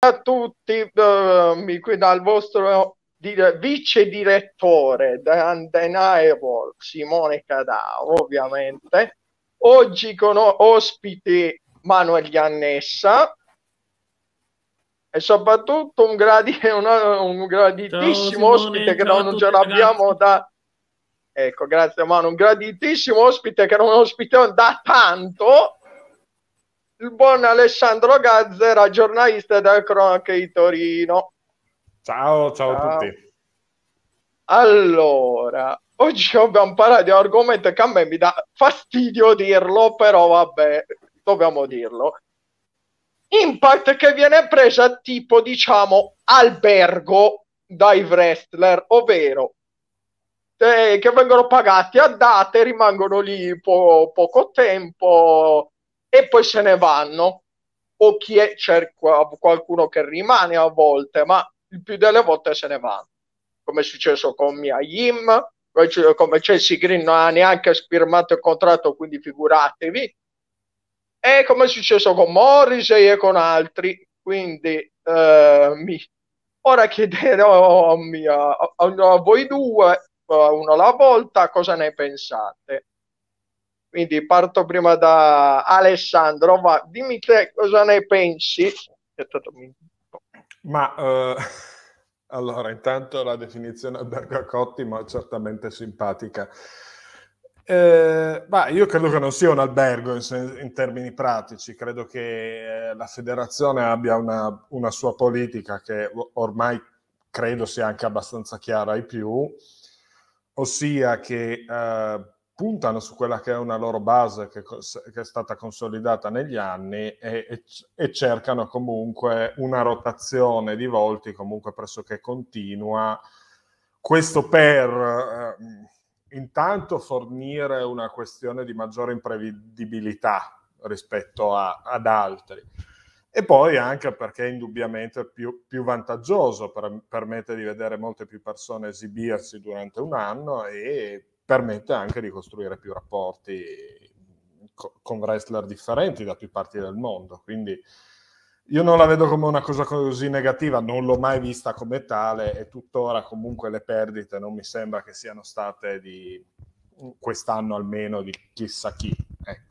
a tutti, qui dal vostro vice direttore Undeniable Simone Cadà, ovviamente. Oggi con ospiti Manuel Iannessa e soprattutto un Ciao graditissimo ospite Simone, che ciao a non ce tutti l'abbiamo ragazzi. da... Ecco, grazie Manu, un graditissimo ospite che non ospitiamo da tanto, il buon Alessandro Gazzera, giornalista della Cronaca di Torino. Ciao, ciao a Ciao. tutti. Allora, oggi abbiamo parlato di un argomento che a me mi dà fastidio dirlo, però vabbè, dobbiamo dirlo. Impact che viene presa tipo, diciamo, albergo dai wrestler, ovvero che vengono pagati a date, rimangono lì poco tempo e poi se ne vanno. O c'è qualcuno che rimane a volte, ma il più delle volte se ne vanno. Come è successo con Mia Yim, come Chelsea Green non ha neanche firmato il contratto, quindi figuratevi. E come è successo con Morrissey e con altri. Quindi ora chiederò a voi due, uno alla volta, cosa ne pensate. Quindi parto prima da Alessandro, ma dimmi te cosa ne pensi. Ma allora, intanto la definizione albergo a cotti, ma certamente simpatica. Ma io credo che non sia un albergo in termini pratici, credo che la federazione abbia una sua politica che ormai credo sia anche abbastanza chiara ai più, ossia che puntano su quella che è una loro base che è stata consolidata negli anni e cercano comunque una rotazione di volti comunque pressoché continua. Questo per intanto fornire una questione di maggiore imprevedibilità rispetto ad altri. E poi anche perché è indubbiamente più vantaggioso, permette di vedere molte più persone esibirsi durante un anno e permette anche di costruire più rapporti con wrestler differenti da più parti del mondo. Quindi io non la vedo come una cosa così negativa, non l'ho mai vista come tale e tuttora comunque le perdite non mi sembra che siano state di quest'anno almeno di chissà chi. Ecco.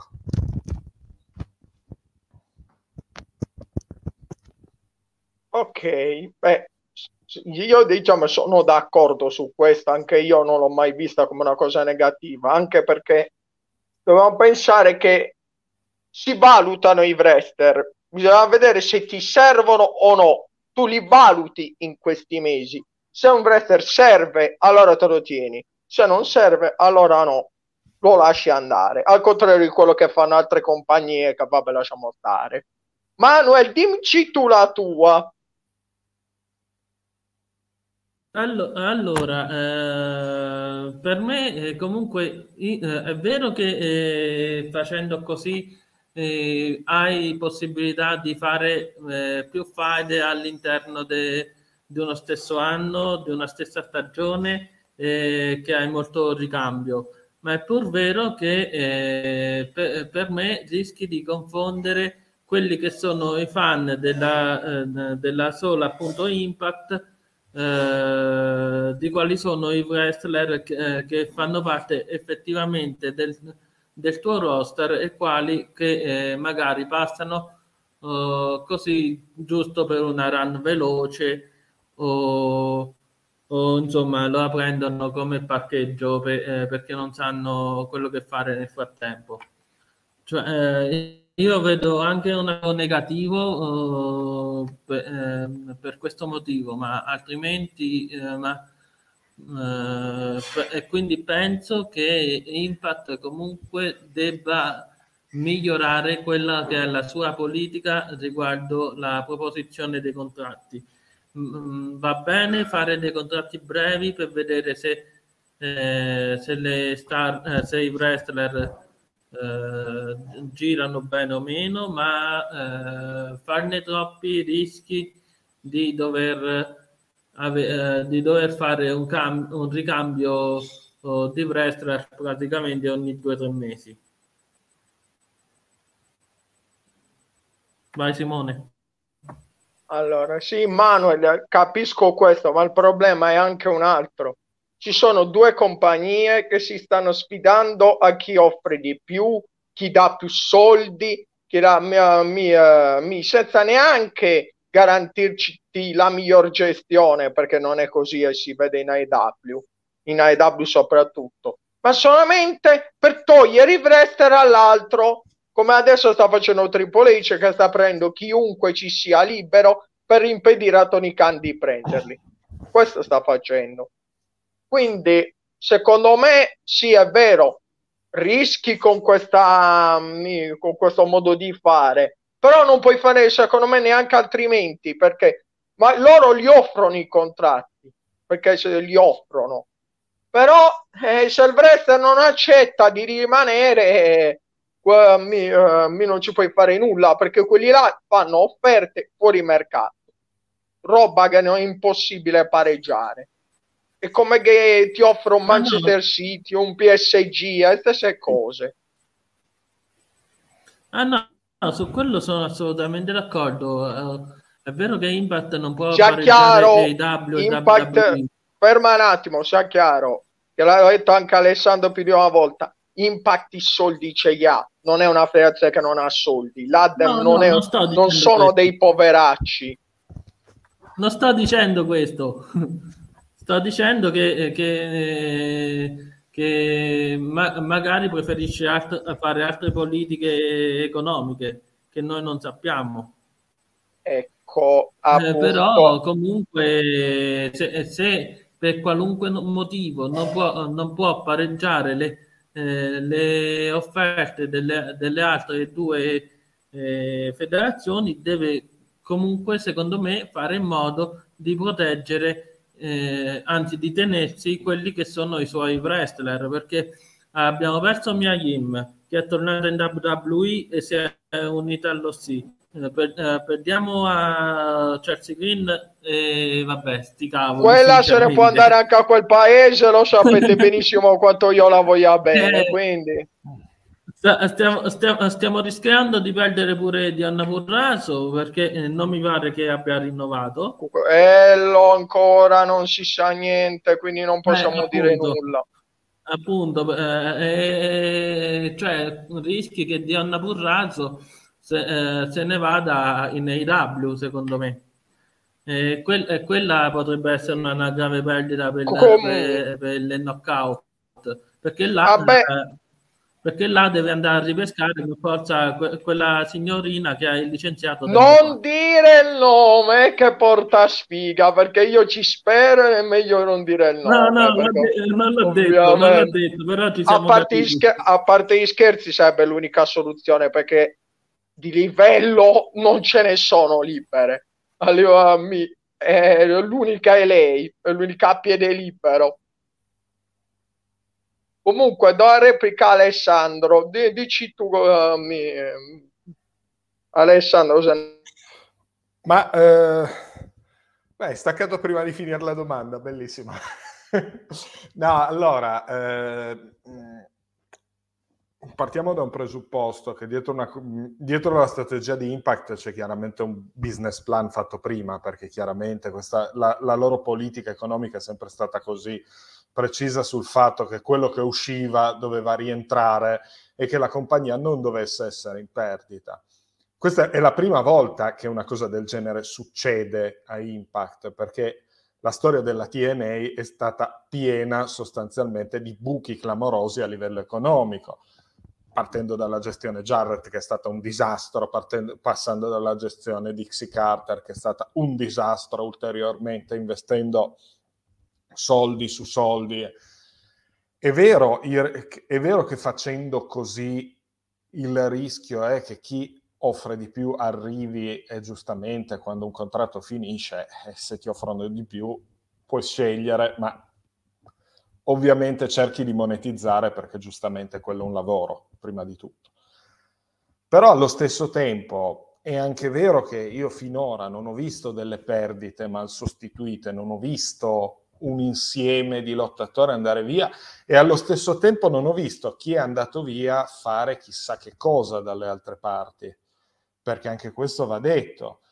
Ok, beh, io diciamo sono d'accordo su questo, anche io non l'ho mai vista come una cosa negativa, anche perché dobbiamo pensare che si valutano i wrestler, bisogna vedere se ti servono o no, tu li valuti in questi mesi, se un wrestler serve allora te lo tieni, se non serve allora no, lo lasci andare, al contrario di quello che fanno altre compagnie che vabbè lasciamo stare. Manuel, dimmi tu la tua. Allora, per me comunque è vero che facendo così hai possibilità di fare più faide all'interno di uno stesso anno, di una stessa stagione, che hai molto ricambio, ma è pur vero che per me rischi di confondere quelli che sono i fan della sola appunto Impact, di quali sono i wrestler che fanno parte effettivamente del tuo roster e quali che magari passano così giusto per una run veloce o, o insomma lo prendono come parcheggio perché non sanno quello che fare nel frattempo. Cioè, io vedo anche un lato negativo per questo motivo, ma altrimenti, e quindi penso che Impact comunque debba migliorare quella che è la sua politica riguardo la proposizione dei contratti. Va bene fare dei contratti brevi per vedere se i wrestler girano bene o meno, ma farne troppi rischi di di dover fare un ricambio di wrestler praticamente ogni 2 o 3 mesi. Vai Simone. Allora, sì, Manuel, capisco questo, ma il problema è anche un altro. Ci sono due compagnie che si stanno sfidando a chi offre di più, chi dà più soldi, chi dà, senza neanche garantirci la miglior gestione, perché non è così e si vede in AEW soprattutto, ma solamente per togliere il wrestler all'altro, come adesso sta facendo Triple H, che sta prendendo chiunque ci sia libero per impedire a Tony Khan di prenderli. Questo sta facendo. Quindi, secondo me, sì, è vero, rischi con con questo modo di fare, però non puoi fare, secondo me, neanche altrimenti, perché ma loro gli offrono i contratti, perché se li offrono. Però se il wrestler non accetta di rimanere, non ci puoi fare nulla, perché quelli là fanno offerte fuori mercato, roba che non è impossibile pareggiare. È come che ti offre un Ah, no. Manchester City, un PSG, e stesse cose. Ah, no, no, su quello sono assolutamente d'accordo. È vero che Impact non può Sia pareggiare chiaro, AEW e Impact, WWE. ferma un attimo, sia chiaro, che l'ha detto anche Alessandro più di una volta, Impact i soldi ce li ha, non è una federazione che non ha soldi, l'Adem No, no, non sto non dicendo sono questo. dei poveracci. Non sto dicendo questo. Sto dicendo che magari preferisce fare altre politiche economiche che noi non sappiamo. Ecco, Però appunto, comunque se per qualunque motivo non può pareggiare le offerte delle altre due federazioni, deve comunque, secondo me, fare in modo di proteggere, anzi di tenersi quelli che sono i suoi wrestler, perché abbiamo perso Mia Yim, che è tornato in WWE e si è unita allo sì. Perdiamo a Chelsea Green e vabbè, sti cavoli, quella se ne può andare sinceramente. anche a quel paese, lo sapete benissimo quanto io la voglia bene, Eh, quindi stiamo rischiando di perdere pure Diana Purraso perché non mi pare che abbia rinnovato. quello ancora non si sa niente, quindi non possiamo dire Appunto, nulla. appunto, cioè rischi che Diana Purraso se ne vada in AEW, secondo me. Quella potrebbe essere una grave perdita Com- per le knockout, perché Vabbè, perché là deve andare a ripescare per forza quella signorina che ha licenziato tempo fa. non dire il nome che porta sfiga, perché io ci spero ed è meglio non dire il No, no, nome, perché non l'ho ovviamente, detto, però ci siamo capiti. a parte gli scherzi, sarebbe l'unica soluzione, perché di livello non ce ne sono libere. Allora, l'unica è lei, è l'unica a piede libero. Comunque, do la replica a Alessandro. Dici tu, Alessandro, Ma beh, staccato prima di finire la domanda, bellissima. No, allora, partiamo da un presupposto che dietro la strategia di Impact c'è chiaramente un business plan fatto prima, perché chiaramente la loro politica economica è sempre stata così precisa sul fatto che quello che usciva doveva rientrare e che la compagnia non dovesse essere in perdita. Questa è la prima volta che una cosa del genere succede a Impact, perché la storia della TNA è stata piena sostanzialmente di buchi clamorosi a livello economico, partendo dalla gestione Jarrett, che è stata un disastro, passando dalla gestione Dixie Carter, che è stata un disastro ulteriormente, investendo soldi su soldi. È vero che facendo così il rischio è che chi offre di più arrivi e giustamente quando un contratto finisce, se ti offrono di più puoi scegliere, ma ovviamente cerchi di monetizzare perché giustamente quello è un lavoro, prima di tutto. Però allo stesso tempo è anche vero che io finora non ho visto delle perdite mal sostituite, non ho visto un insieme di lottatori andare via e allo stesso tempo non ho visto chi è andato via fare chissà che cosa dalle altre parti, perché anche questo va detto.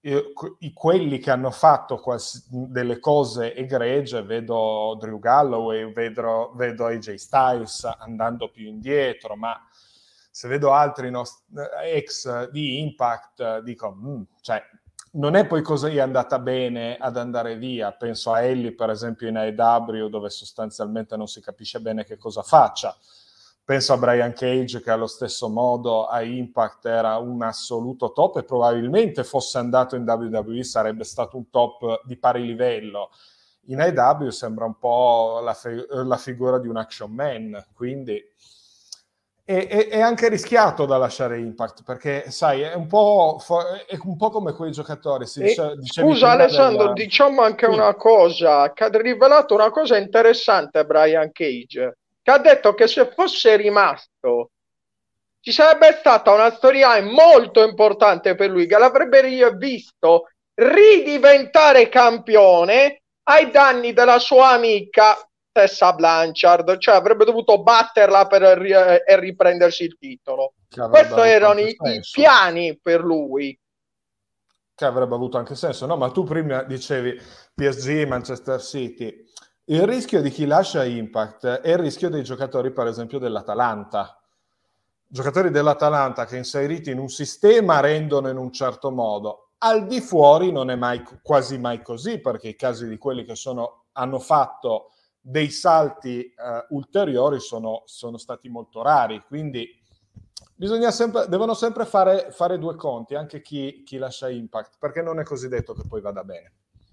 quelli che hanno fatto delle cose egregie, vedo Drew Galloway, vedo AJ Styles andando più indietro, ma se vedo altri ex di Impact, dico, cioè, non è poi così andata bene ad andare via. Penso a Ellie, per esempio, in AEW, dove sostanzialmente non si capisce bene che cosa faccia. Penso a Brian Cage, che allo stesso modo a Impact era un assoluto top e probabilmente fosse andato in WWE sarebbe stato un top di pari livello. In AEW sembra un po' la figura di un action man, quindi è anche rischiato da lasciare Impact, perché sai, è un po' come quei giocatori. Scusa Alessandro, diciamo anche una cosa, che ha rivelato una cosa interessante Brian Cage, che ha detto che se fosse rimasto ci sarebbe stata una storyline molto importante per lui, che l'avrebbe visto ridiventare campione ai danni della sua amica Tessa Blanchard, cioè avrebbe dovuto batterla e riprendersi il titolo. Questi erano i piani per lui. Che avrebbe avuto anche senso, no? Ma tu prima dicevi PSG, Manchester City. Il rischio di chi lascia Impact è il rischio dei giocatori, per esempio, dell'Atalanta. Giocatori dell'Atalanta che inseriti in un sistema rendono in un certo modo. Al di fuori non è quasi mai così, perché i casi di quelli che hanno fatto dei salti ulteriori sono stati molto rari. Quindi devono sempre fare due conti, anche chi lascia Impact, perché non è così detto che poi vada bene.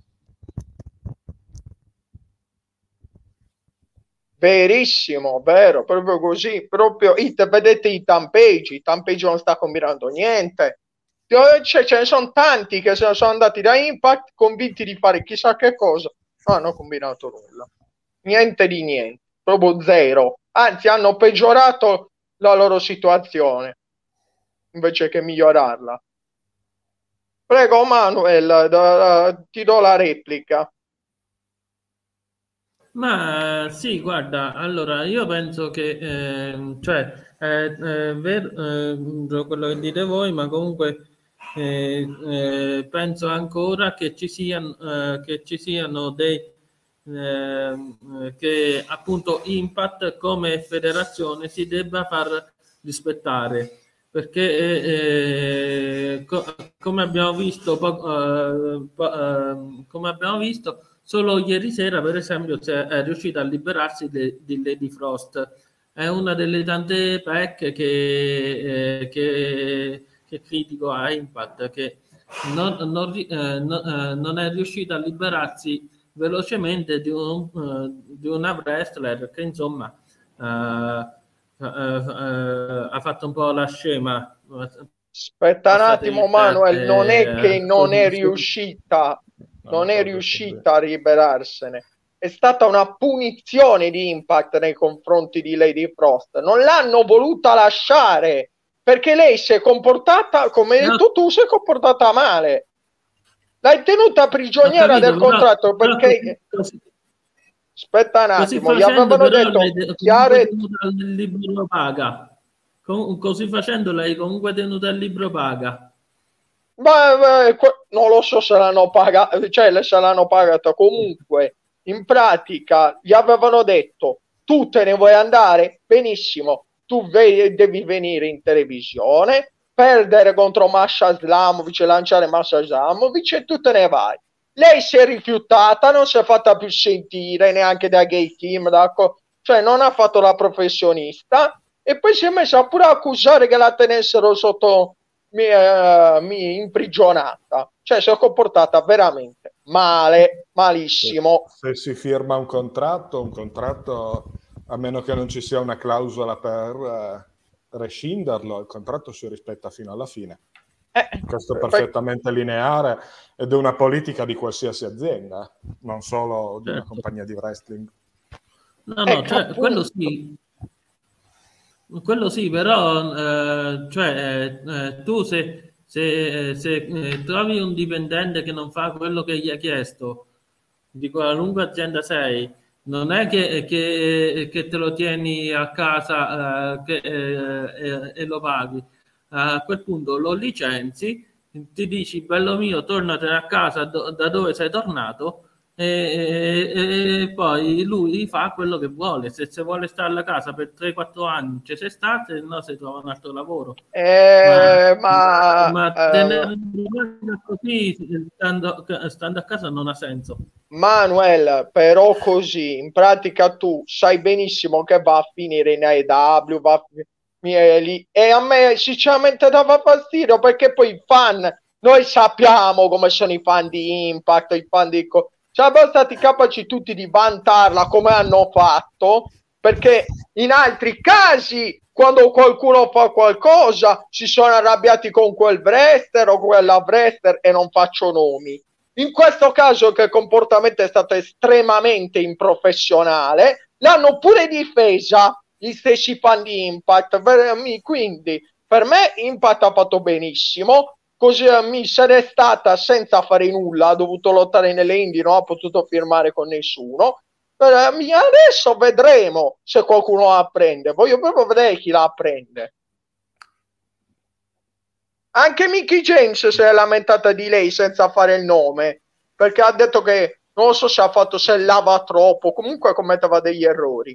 Verissimo, vero, proprio così, proprio vedete i Tampage non sta combinando niente, ce ne sono tanti che se ne sono andati da Impact convinti di fare chissà che cosa, non hanno combinato nulla, niente di niente, proprio zero, anzi hanno peggiorato la loro situazione invece che migliorarla. Prego Manuel, ti do la replica. Ma sì, guarda, allora io penso che è vero quello che dite voi, ma comunque penso ancora che ci siano che appunto Impact come federazione si debba far rispettare, perché come abbiamo visto solo ieri sera, per esempio, è riuscita a liberarsi di Lady Frost. È una delle tante pecche che critico a Impact, che non è riuscita a liberarsi velocemente di una wrestler che insomma ha fatto un po' la scema. Aspetta un attimo Manuel, non è che non è riuscita a liberarsene, è stata una punizione di Impact nei confronti di Lady Frost, non l'hanno voluta lasciare perché lei si è comportata, come hai detto tu, si è comportata male, l'hai tenuta prigioniera del contratto perché aspetta un attimo, gli avevano detto il libro lo paga, così facendo lei comunque tenuta il libro paga. Non lo so se l'hanno pagata, cioè se l'hanno pagata comunque. In pratica gli avevano detto: tu te ne vuoi andare? Benissimo, tu devi venire in televisione, perdere contro Masha Slamovic, lanciare Masha Slamovic e tu te ne vai. Lei si è rifiutata, non si è fatta più sentire neanche da gay team, cioè non ha fatto la professionista e poi si è messa pure a accusare che la tenessero sotto imprigionata, cioè si è comportata veramente male, malissimo. Se si firma un contratto, a meno che non ci sia una clausola per rescinderlo, il contratto si rispetta fino alla fine. Questo è perfettamente lineare ed è una politica di qualsiasi azienda, non solo di una compagnia di wrestling. No, cioè, quello sì, però tu se trovi un dipendente che non fa quello che gli ha chiesto, di qualunque azienda sei, non è che te lo tieni a casa e lo paghi. A quel punto lo licenzi ti dici bello mio, tornatene a casa da dove sei tornato, e poi lui fa quello che vuole. Se vuole stare alla casa per 3-4 anni ci sei stato, se no si trova un altro lavoro. Ma tenere così stando a casa non ha senso. Manuel, però così in pratica tu sai benissimo che va a finire in AEW, va a finire lì, e a me sinceramente dava fastidio, perché poi i fan, noi sappiamo come sono i fan di Impact, i fan di siamo stati capaci tutti di vantarla come hanno fatto, perché in altri casi quando qualcuno fa qualcosa si sono arrabbiati con quel wrestler o quella wrestler, e non faccio nomi. In questo caso, che il comportamento è stato estremamente improfessionale, l'hanno pure difesa gli stessi fan di Impact. Quindi per me Impact ha fatto benissimo. Così mi se n'è stata senza fare nulla, ha dovuto lottare nelle indie, non ha potuto firmare con nessuno. Adesso vedremo se qualcuno la prende. Voglio proprio vedere chi la prende. Anche Mickey James si è lamentata di lei senza fare il nome, perché ha detto che non so se ha fatto, se lava troppo, comunque commetteva degli errori.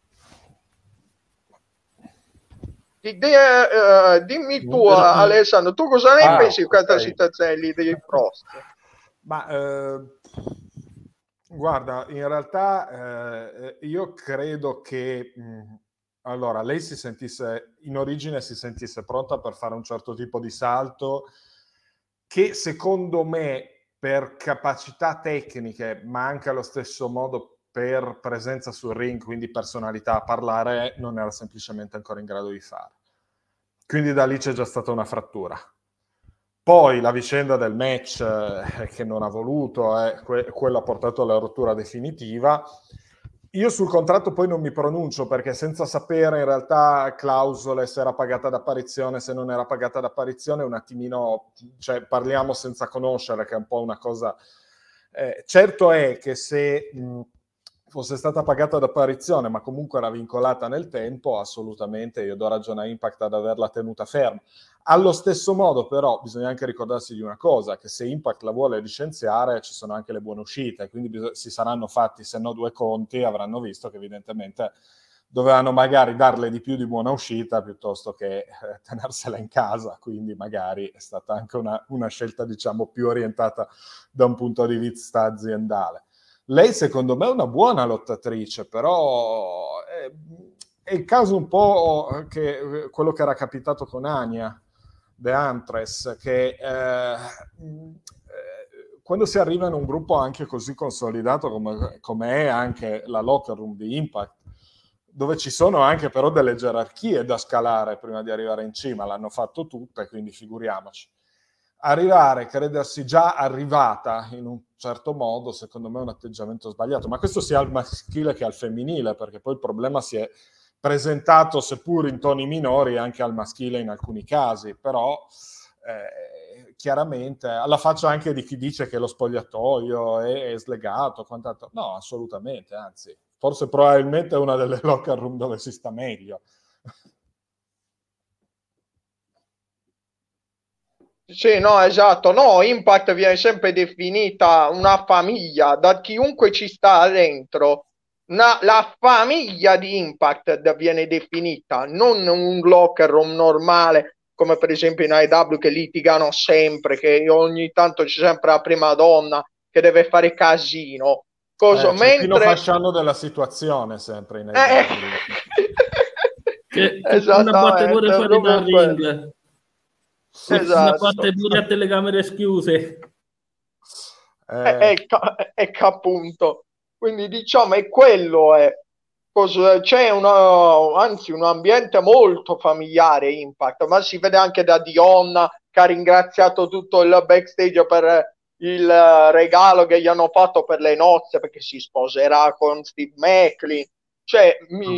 Dimmi tu, Alessandro, tu cosa ne pensi di questa situazione lì dei Frost? Ma guarda, in realtà io credo che allora lei si sentisse, in origine si sentisse pronta per fare un certo tipo di salto che secondo me per capacità tecniche, ma anche allo stesso modo per presenza sul ring, quindi personalità a parlare, non era semplicemente ancora in grado di fare. Quindi da lì c'è già stata una frattura. Poi la vicenda del match che non ha voluto, quello ha portato alla rottura definitiva. Io sul contratto poi non mi pronuncio, perché senza sapere in realtà clausole, se era pagata d'apparizione, se non era pagata d'apparizione, un attimino, cioè parliamo senza conoscere, che è un po' una cosa... certo è che se fosse stata pagata d'apparizione, ma comunque era vincolata nel tempo, assolutamente io do ragione a Impact ad averla tenuta ferma. Allo stesso modo però bisogna anche ricordarsi di una cosa, che se Impact la vuole licenziare ci sono anche le buone uscite, quindi si saranno fatti se no due conti, avranno visto che evidentemente dovevano magari darle di più di buona uscita piuttosto che tenersela in casa, quindi magari è stata anche una scelta diciamo più orientata da un punto di vista aziendale. Lei secondo me è una buona lottatrice, però è il caso un po' che quello che era capitato con Anya The Huntress, che quando si arriva in un gruppo anche così consolidato come è anche la locker room di Impact, dove ci sono anche però delle gerarchie da scalare prima di arrivare in cima, l'hanno fatto tutte, quindi figuriamoci. Arrivare, credersi già arrivata in un certo modo, secondo me è un atteggiamento sbagliato, ma questo sia al maschile che al femminile, perché poi il problema si è presentato, seppur in toni minori, anche al maschile in alcuni casi, però chiaramente alla faccia anche di chi dice che lo spogliatoio è slegato, quant'altro. No, assolutamente, anzi, forse probabilmente è una delle locker room dove si sta meglio. Sì, no, esatto. No, Impact viene sempre definita una famiglia da chiunque ci sta dentro. La famiglia di Impact viene definita, non un locker room normale come per esempio in AEW, che litigano sempre, che ogni tanto c'è sempre la prima donna che deve fare casino. Mentre... Pino Fasciano della situazione sempre in AEW. Che una batte pure fuori dal ring. Esatto. Una batte pure a telecamere schiuse. Ecco appunto. Quindi diciamo è quello è. C'è anzi un ambiente molto familiare Impact, ma si vede anche da Dion che ha ringraziato tutto il backstage per il regalo che gli hanno fatto per le nozze, perché si sposerà con Steve Macklin. Cioè,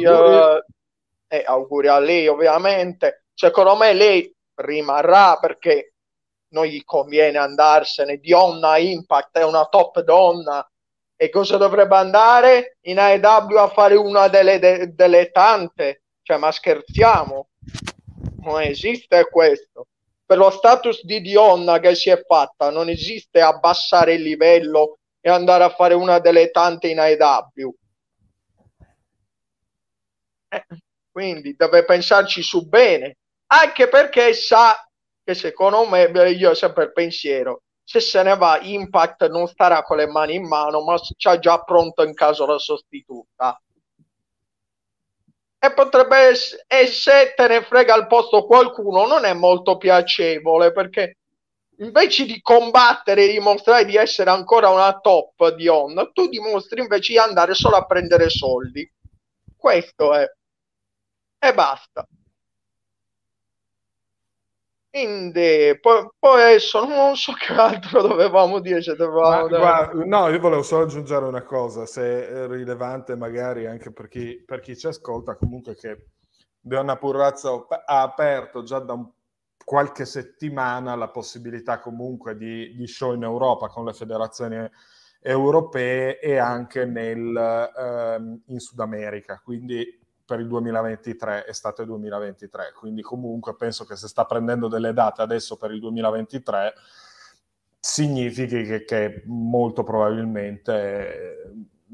auguri a lei ovviamente. Secondo me lei rimarrà perché non gli conviene andarsene. Dionna Impact è una top donna. E cosa dovrebbe andare in AEW a fare una delle tante? Cioè, ma scherziamo? Non esiste questo. per lo status di Dionna che si è fatta, non esiste abbassare il livello e andare a fare una delle tante in AEW. Quindi deve pensarci su bene, anche perché sa che secondo me, io ho sempre il pensiero, se se ne va Impact non starà con le mani in mano, ma c'ha già pronto in caso la sostituta. E potrebbe essere, e se te ne frega al posto qualcuno non è molto piacevole, perché invece di combattere e dimostrare di essere ancora una top di On, tu dimostri invece di andare solo a prendere soldi. Questo è. E basta. Quindi, poi adesso non so che altro dovevamo dire. No, io volevo solo aggiungere una cosa, se è rilevante magari anche per chi ci ascolta, comunque che Deonna Purrazzo ha aperto già da qualche settimana la possibilità comunque di show in Europa con le federazioni europee e anche in Sud America, quindi per il 2023, estate 2023, quindi comunque penso che se sta prendendo delle date adesso per il 2023 significhi che molto probabilmente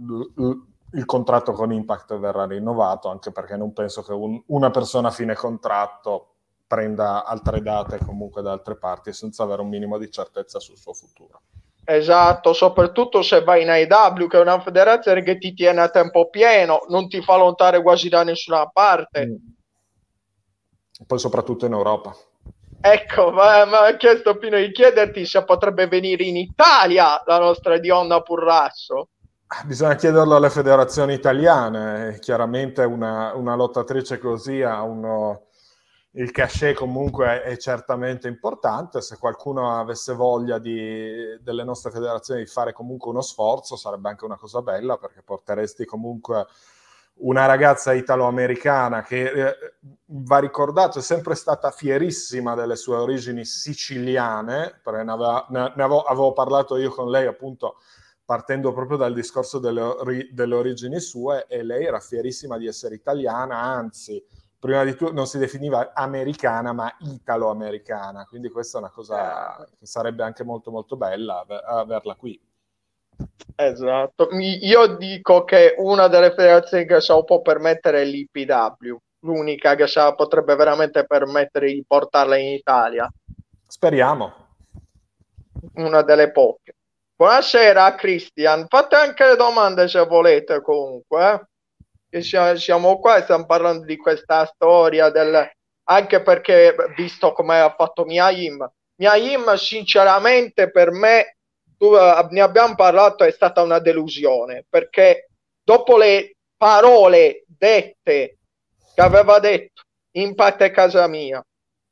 il contratto con Impact verrà rinnovato, anche perché non penso che una persona a fine contratto prenda altre date comunque da altre parti senza avere un minimo di certezza sul suo futuro. Esatto, soprattutto se vai in AEW, che è una federazione che ti tiene a tempo pieno, non ti fa lontare quasi da nessuna parte. Poi soprattutto in Europa. Ecco, ma ho chiesto prima di chiederti se potrebbe venire in Italia la nostra Dionna Purrazzo. Bisogna chiederlo alle federazioni italiane. Chiaramente una lottatrice così ha il cachet comunque è certamente importante. Se qualcuno avesse voglia delle nostre federazioni di fare comunque uno sforzo, sarebbe anche una cosa bella, perché porteresti comunque una ragazza italo-americana che va ricordato è sempre stata fierissima delle sue origini siciliane, perché avevo parlato io con lei appunto partendo proprio dal discorso delle origini sue, e lei era fierissima di essere italiana, anzi prima di tutto non si definiva americana ma italo-americana, quindi questa è una cosa che sarebbe anche molto molto bella averla qui. Esatto, io dico che una delle federazioni che se lo può permettere è l'IPW, l'unica che se la potrebbe veramente permettere di portarla in Italia. Speriamo. Una delle poche. Buonasera Christian, fate anche le domande se volete comunque, che siamo qua e stiamo parlando di questa storia anche perché visto come ha fatto Miaim sinceramente per me, ne abbiamo parlato, è stata una delusione, perché dopo le parole dette che aveva detto Impact è casa mia,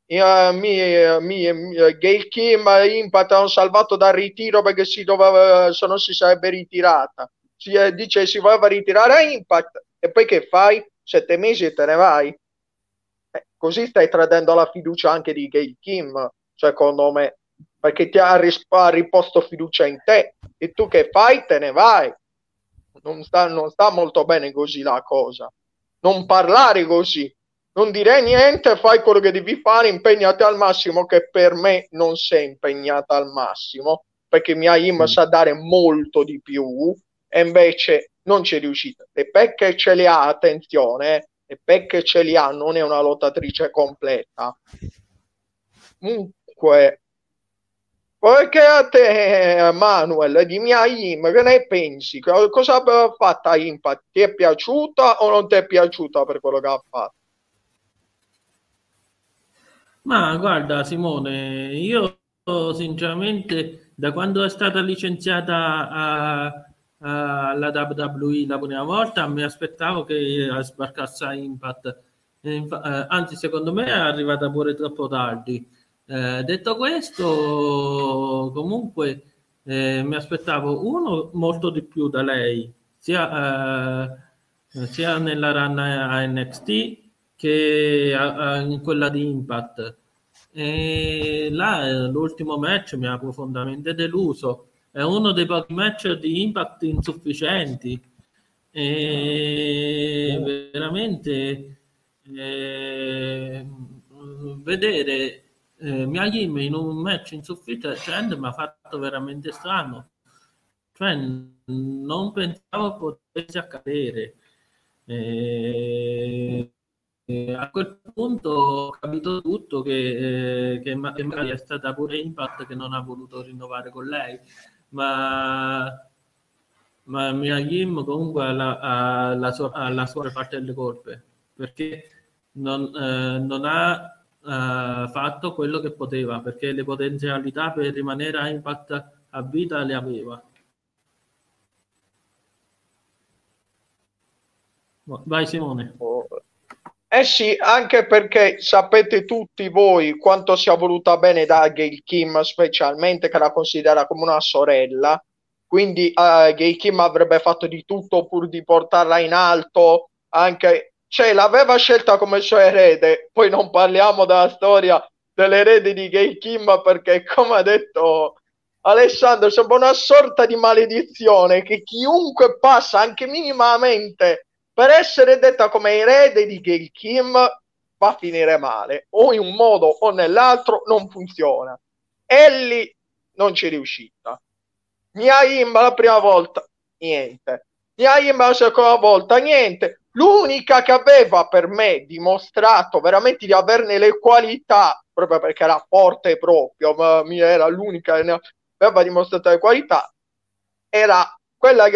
Gail Kim Impact hanno salvato dal ritiro perché se non si sarebbe ritirata, dice si voleva ritirare a Impact e poi che fai? 7 mesi e te ne vai, così stai tradendo la fiducia anche di Gail Kim, secondo me, perché ti ha riposto fiducia in te e tu che fai? Te ne vai. Non sta molto bene così la cosa, non parlare così, non dire niente, fai quello che devi fare, impegnati al massimo, che per me non sei impegnata al massimo, perché Miaim sa dare molto di più e invece non ci è riuscita. Le pecche ce le ha, attenzione, le pecche ce le ha, non è una lottatrice completa. Comunque, perché a te, Manuel, di Miaim, che ne pensi? Cosa ha fatto a Impact? Ti è piaciuta o non ti è piaciuta per quello che ha fatto? Ma guarda Simone, io sinceramente da quando è stata licenziata alla WWE la prima volta mi aspettavo che sbarcasse a Impact, anzi secondo me è arrivata pure troppo tardi. Detto questo, comunque mi aspettavo uno molto di più da lei, sia nella run a NXT che in quella di Impact. E là l'ultimo match mi ha profondamente deluso. È uno dei pochi match di Impact insufficienti. E veramente vedere Mia Yim in un match in sufficiente mi ha fatto veramente strano, cioè non pensavo potesse accadere. A quel punto ho capito tutto che magari è stata pure Impact che non ha voluto rinnovare con lei, ma Mia Yim comunque ha la sua parte delle colpe, perché non ha fatto quello che poteva, perché le potenzialità per rimanere a Impact a vita le aveva. Vai Simone. Eh sì, anche perché sapete tutti voi quanto sia voluta bene da Gail Kim, specialmente che la considera come una sorella. Quindi Gail Kim avrebbe fatto di tutto pur di portarla in alto, anche, cioè l'aveva scelta come suo erede. Poi non parliamo della storia dell'erede di Gail Kim perché, come ha detto Alessandro, sembra una sorta di maledizione che chiunque passa anche minimamente per essere detta come erede di Gail Kim va a finire male, o in un modo o nell'altro non funziona. Ellie non ci è riuscita. Mia Yim la prima volta, niente. Mia Yim la seconda volta, niente. L'unica che aveva per me dimostrato veramente di averne le qualità, proprio perché era forte proprio, ma era l'unica che ne aveva dimostrato le qualità, era quella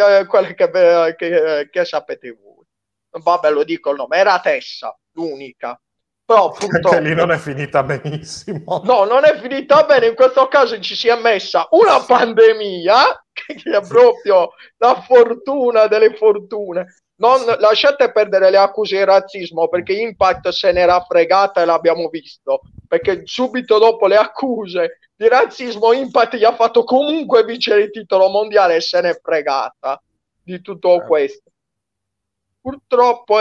che sapete voi. Vabbè, lo dico il nome, era Tessa, l'unica. Però purtroppo... Anche lì non è finita benissimo. No, non è finita bene, in questo caso ci si è messa una pandemia, che è proprio la fortuna delle fortune. Non lasciate perdere le accuse di razzismo, perché Impact se n'era fregata e l'abbiamo visto, perché subito dopo le accuse di razzismo Impact gli ha fatto comunque vincere il titolo mondiale e se n'è fregata di tutto questo. Purtroppo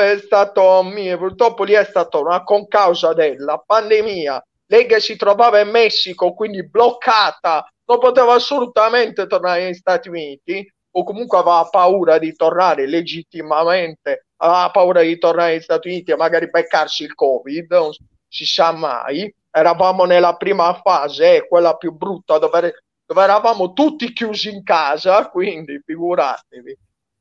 lì è stato una concausa della pandemia. Lei che si trovava in Messico, quindi bloccata, non poteva assolutamente tornare negli Stati Uniti, o comunque aveva paura di tornare legittimamente, aveva paura di tornare negli Stati Uniti e magari beccarsi il Covid, non si sa mai. Eravamo nella prima fase, quella più brutta, dove eravamo tutti chiusi in casa, quindi figuratevi.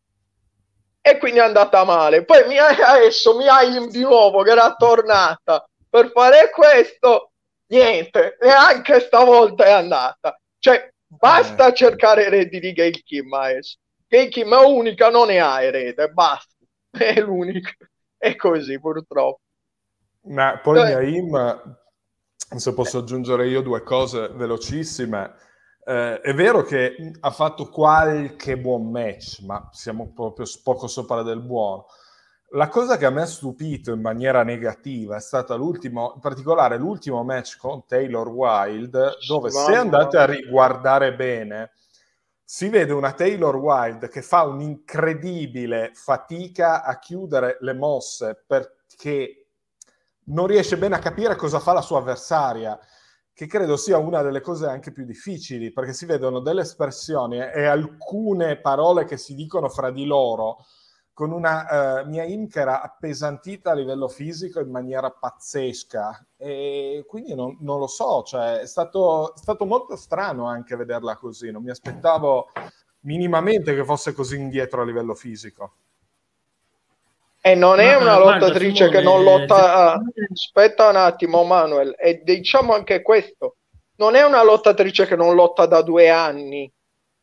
E quindi è andata male. Poi adesso Mia Yim di nuovo che era tornata per fare questo, niente, neanche stavolta è andata. Cioè, basta cercare eredi di Gail Kim adesso. Gail Kim è unica, non ne ha erede, basta. È l'unica. È così, purtroppo. Ma poi Mia Yim, se posso aggiungere io due cose velocissime, è vero che ha fatto qualche buon match, ma siamo proprio poco sopra del buono. La cosa che a me ha stupito in maniera negativa è stata in particolare l'ultimo match con Taylor Wilde, dove se andate a riguardare bene, si vede una Taylor Wilde che fa un'incredibile fatica a chiudere le mosse perché non riesce bene a capire cosa fa la sua avversaria, che credo sia una delle cose anche più difficili, perché si vedono delle espressioni e alcune parole che si dicono fra di loro con una Mia Yim che era appesantita a livello fisico in maniera pazzesca, e quindi non lo so, cioè è stato molto strano anche vederla così, non mi aspettavo minimamente che fosse così indietro a livello fisico. E non è una lottatrice che non lotta. Aspetta un attimo, Manuel, e diciamo anche questo: non è una lottatrice che non lotta da 2 anni.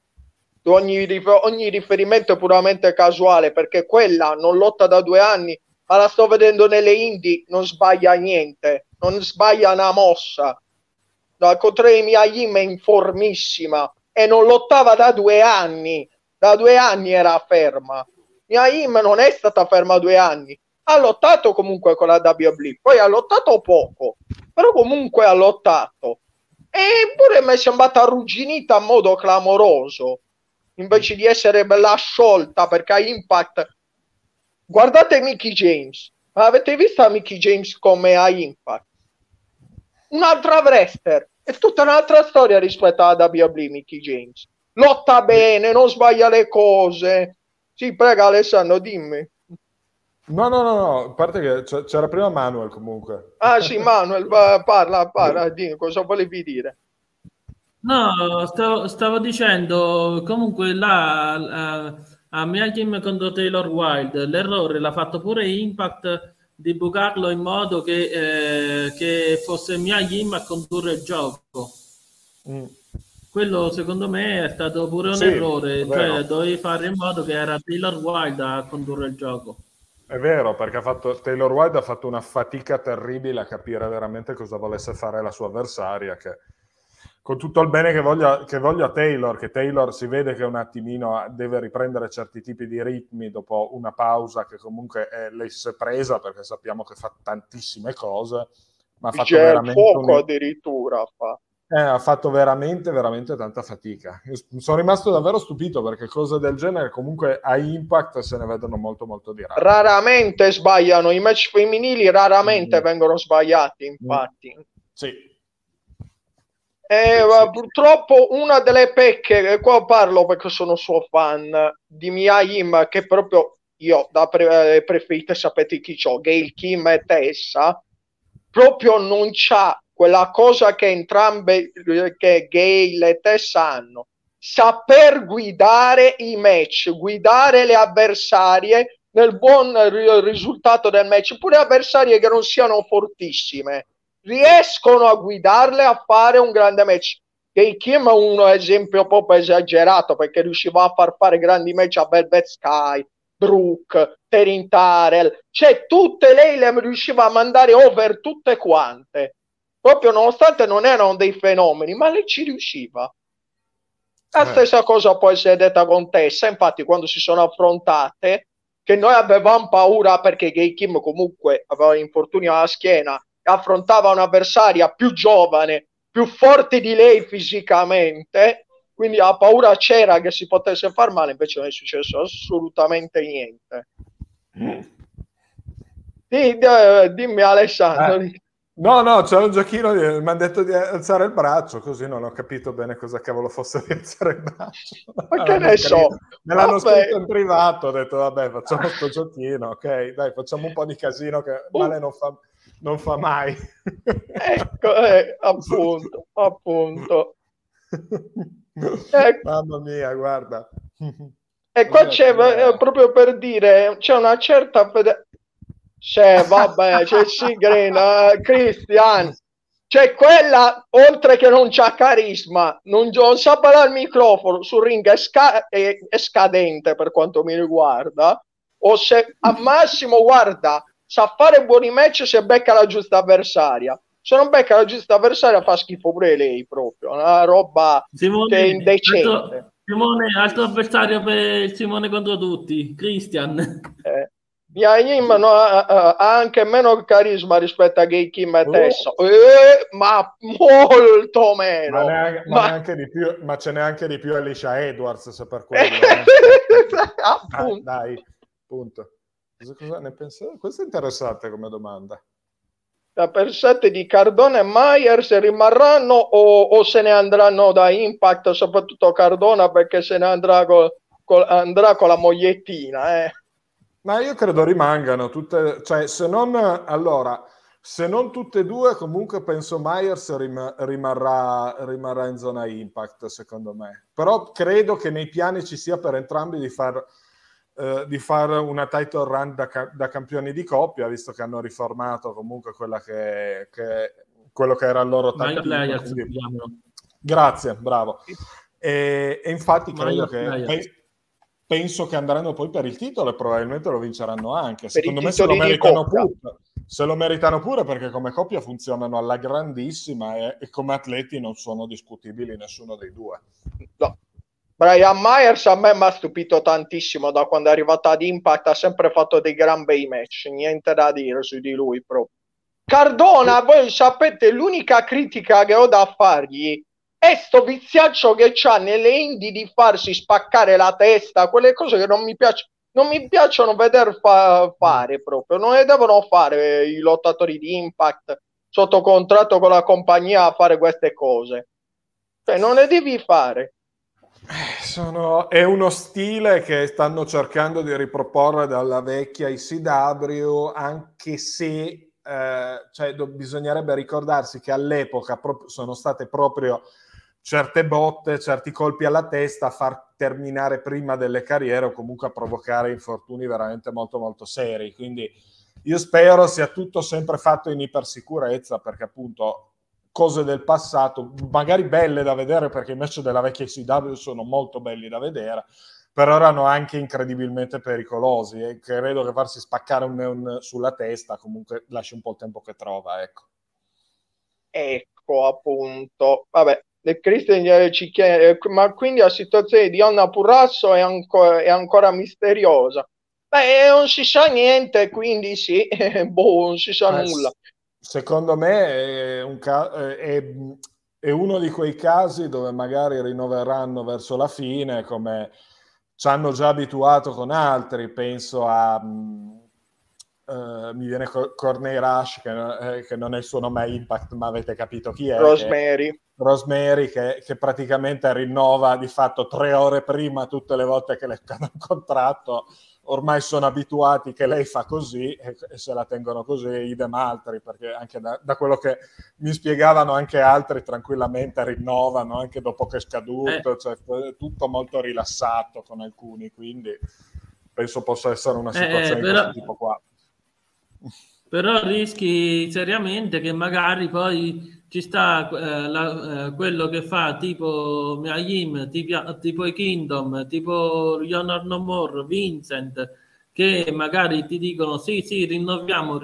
Ogni riferimento è puramente casuale, perché quella non lotta da 2 anni, ma la sto vedendo nelle indie, non sbaglia niente, non sbaglia una mossa. Al contrario, Mia Yim è informissima e non lottava da 2 anni. Da 2 anni era ferma. Mia Yim non è stata ferma 2 anni, ha lottato comunque con la WWE, poi ha lottato poco, però comunque ha lottato. Eppure mi è sembrata arrugginita a modo clamoroso, invece di essere bella sciolta, perché a Impact... Guardate Mickie James, avete visto Mickie James come a Impact? Un'altra wrestler, è tutta un'altra storia rispetto alla WWE. Mickie James lotta bene, non sbaglia le cose. Sì, prega Alessandro, dimmi. No, a parte che c'era prima Manuel comunque. Ah sì, Manuel, parla, di cosa volevi dire? No, stavo dicendo, comunque là a Mia Kim contro Taylor Wilde, l'errore l'ha fatto pure Impact di bucarlo in modo che fosse Mia Kim a condurre il gioco. Mm. Quello secondo me è stato pure un Sì, è errore, vero. cioè dovevi fare in modo che era Taylor Wilde a condurre il gioco. È vero, perché Taylor Wilde ha fatto una fatica terribile a capire veramente cosa volesse fare la sua avversaria, che con tutto il bene che voglia Taylor, che Taylor si vede che un attimino deve riprendere certi tipi di ritmi dopo una pausa che comunque lei si è presa, perché sappiamo che fa tantissime cose, ma ha fatto C'è il veramente fuoco addirittura, fa. ha fatto veramente, veramente tanta fatica. Io sono rimasto davvero stupito perché cose del genere comunque a Impact se ne vedono molto molto di rado. Raramente sbagliano, i match femminili raramente vengono sbagliati, infatti. Sì. Purtroppo una delle pecche, e qua parlo perché sono suo fan, di Mia Yim, che proprio io da preferite sapete chi c'ho, Gail Kim e Tessa, proprio non c'ha quella cosa che entrambe, che Gail e Tessa hanno, saper guidare i match, guidare le avversarie nel buon risultato del match, pure avversarie che non siano fortissime riescono a guidarle a fare un grande match. Che Kim è un esempio proprio esagerato perché riusciva a far fare grandi match a Velvet Sky, Brooke, Terin Tarel, cioè tutte lei le riusciva a mandare over tutte quante, proprio nonostante non erano dei fenomeni, ma lei ci riusciva. La stessa cosa può essere detta con Tessa, infatti quando si sono affrontate, che noi avevamo paura perché Gay Kim comunque aveva infortunio alla schiena, affrontava un'avversaria più giovane, più forte di lei fisicamente, quindi la paura c'era che si potesse far male, invece non è successo assolutamente niente. Dimmi Alessandro. No, c'è un giochino, mi hanno detto di alzare il braccio, così non ho capito bene cosa cavolo fosse di alzare il braccio. Ma che ne so? Me l'hanno scritto in privato, ho detto vabbè facciamo sto giochino, ok, dai facciamo un po' di casino che male non fa mai. Ecco, appunto. Mamma mia, guarda. E qua c'è proprio per dire, c'è una certa c'è, vabbè, c'è Sigrena, Christian, c'è quella, oltre che non c'ha carisma, non sa parlare al microfono, sul ring è scadente per quanto mi riguarda, o se al massimo, guarda, sa fare buoni match se becca la giusta avversaria. Se non becca la giusta avversaria fa schifo pure lei proprio, una roba Simone, che è indecente. Simone, altro avversario per Simone contro tutti, Christian. Mia Yim ha anche meno carisma rispetto a Gay Kim e Tessa, ma molto meno. Ma neanche di più, ma ce n'è anche di più Alicia Edwards, se per quello. Dai, punto. Cosa ne pensate? Questo è interessante come domanda. Da per 7 di Cardona e Myers rimarranno o se ne andranno da Impact, soprattutto Cardona perché se ne andrà andrà con la mogliettina, Ma io credo rimangano tutte, cioè se non tutte e due, comunque penso Myers rimarrà in zona Impact, secondo me. Però credo che nei piani ci sia per entrambi di fare una title run da campioni di coppia, visto che hanno riformato comunque quello che era il loro tag team. Grazie, bravo. E infatti credo che penso che andranno poi per il titolo e probabilmente lo vinceranno anche. Secondo me se lo meritano pure perché come coppia funzionano alla grandissima e come atleti non sono discutibili nessuno dei due. No. Brian Myers a me mi ha stupito tantissimo da quando è arrivato ad Impact, ha sempre fatto dei gran bei match, niente da dire su di lui proprio. Cardona, voi sapete, l'unica critica che ho da fargli è sto viziaccio che c'ha nelle indie di farsi spaccare la testa, quelle cose che non mi piacciono veder fare proprio, non le devono fare i lottatori di Impact sotto contratto con la compagnia a fare queste cose, cioè non le devi fare. È uno stile che stanno cercando di riproporre dalla vecchia ICW, anche se bisognerebbe ricordarsi che all'epoca sono state proprio certe botte, certi colpi alla testa a far terminare prima delle carriere o comunque a provocare infortuni veramente molto molto seri. Quindi io spero sia tutto sempre fatto in ipersicurezza, perché appunto cose del passato, magari belle da vedere, perché i match della vecchia ICW sono molto belli da vedere, però erano anche incredibilmente pericolosi e credo che farsi spaccare un neon sulla testa comunque lasci un po' il tempo che trova, ecco. Ecco, appunto. Vabbè, il Christian ci chiede, ma quindi la situazione di Anna Purrasso è ancora misteriosa? Beh, non si sa niente, quindi sì, boh, non si sa nulla. Secondo me è uno di quei casi dove magari rinnoveranno verso la fine, come ci hanno già abituato con altri. Penso a mi viene Corney Rush, che non è il suo nome a Impact, ma avete capito chi è. Rosemary, che praticamente rinnova di fatto 3 ore prima tutte le volte che le cade un contratto. Ormai sono abituati che lei fa così e se la tengono così, idem altri, perché anche da quello che mi spiegavano anche altri tranquillamente rinnovano anche dopo che è scaduto, cioè tutto molto rilassato con alcuni, quindi penso possa essere una situazione di questo tipo qua. Però rischi seriamente che magari poi ci sta quello che fa tipo Miayim, tipo i Kingdom, tipo Honor No More, Vincent, che magari ti dicono sì, rinnoviamo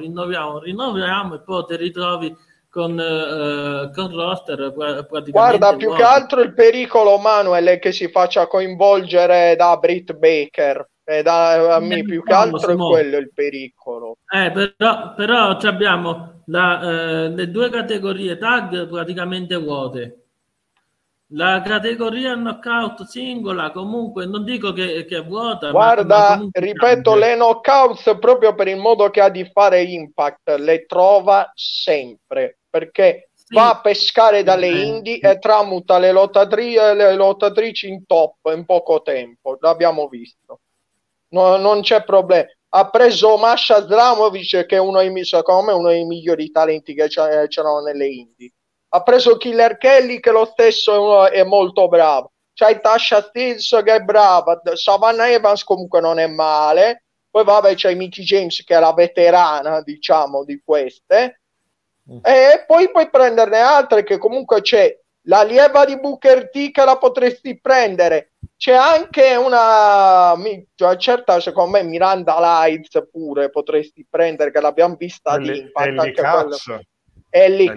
e poi ti ritrovi con roster praticamente Guarda, più che altro il pericolo, Manuel, è che si faccia coinvolgere da Britt Baker. A me più che altro è quello il pericolo. Però abbiamo le 2 categorie tag praticamente vuote. La categoria knockout singola comunque non dico che è vuota. Guarda, ma ripeto, le knockouts proprio per il modo che ha di fare Impact le trova sempre, perché va a pescare dalle indie e tramuta le lottatrici in top in poco tempo, l'abbiamo visto. Non c'è problema. Ha preso Masha Slamovic, che è secondo me uno dei migliori talenti che c'erano nelle indie. Ha preso Killer Kelly, che lo stesso è molto bravo. C'hai Tasha Steels, che è brava. Savannah Evans comunque non è male. Poi vabbè c'è Mickey James, che è la veterana, diciamo, di queste. E poi puoi prenderne altre, che comunque c'è l'allieva di Booker T, che la potresti prendere. C'è anche una certa, secondo me, Miranda Lights pure potresti prendere, che l'abbiamo vista ad Impact, anche quello. Ellie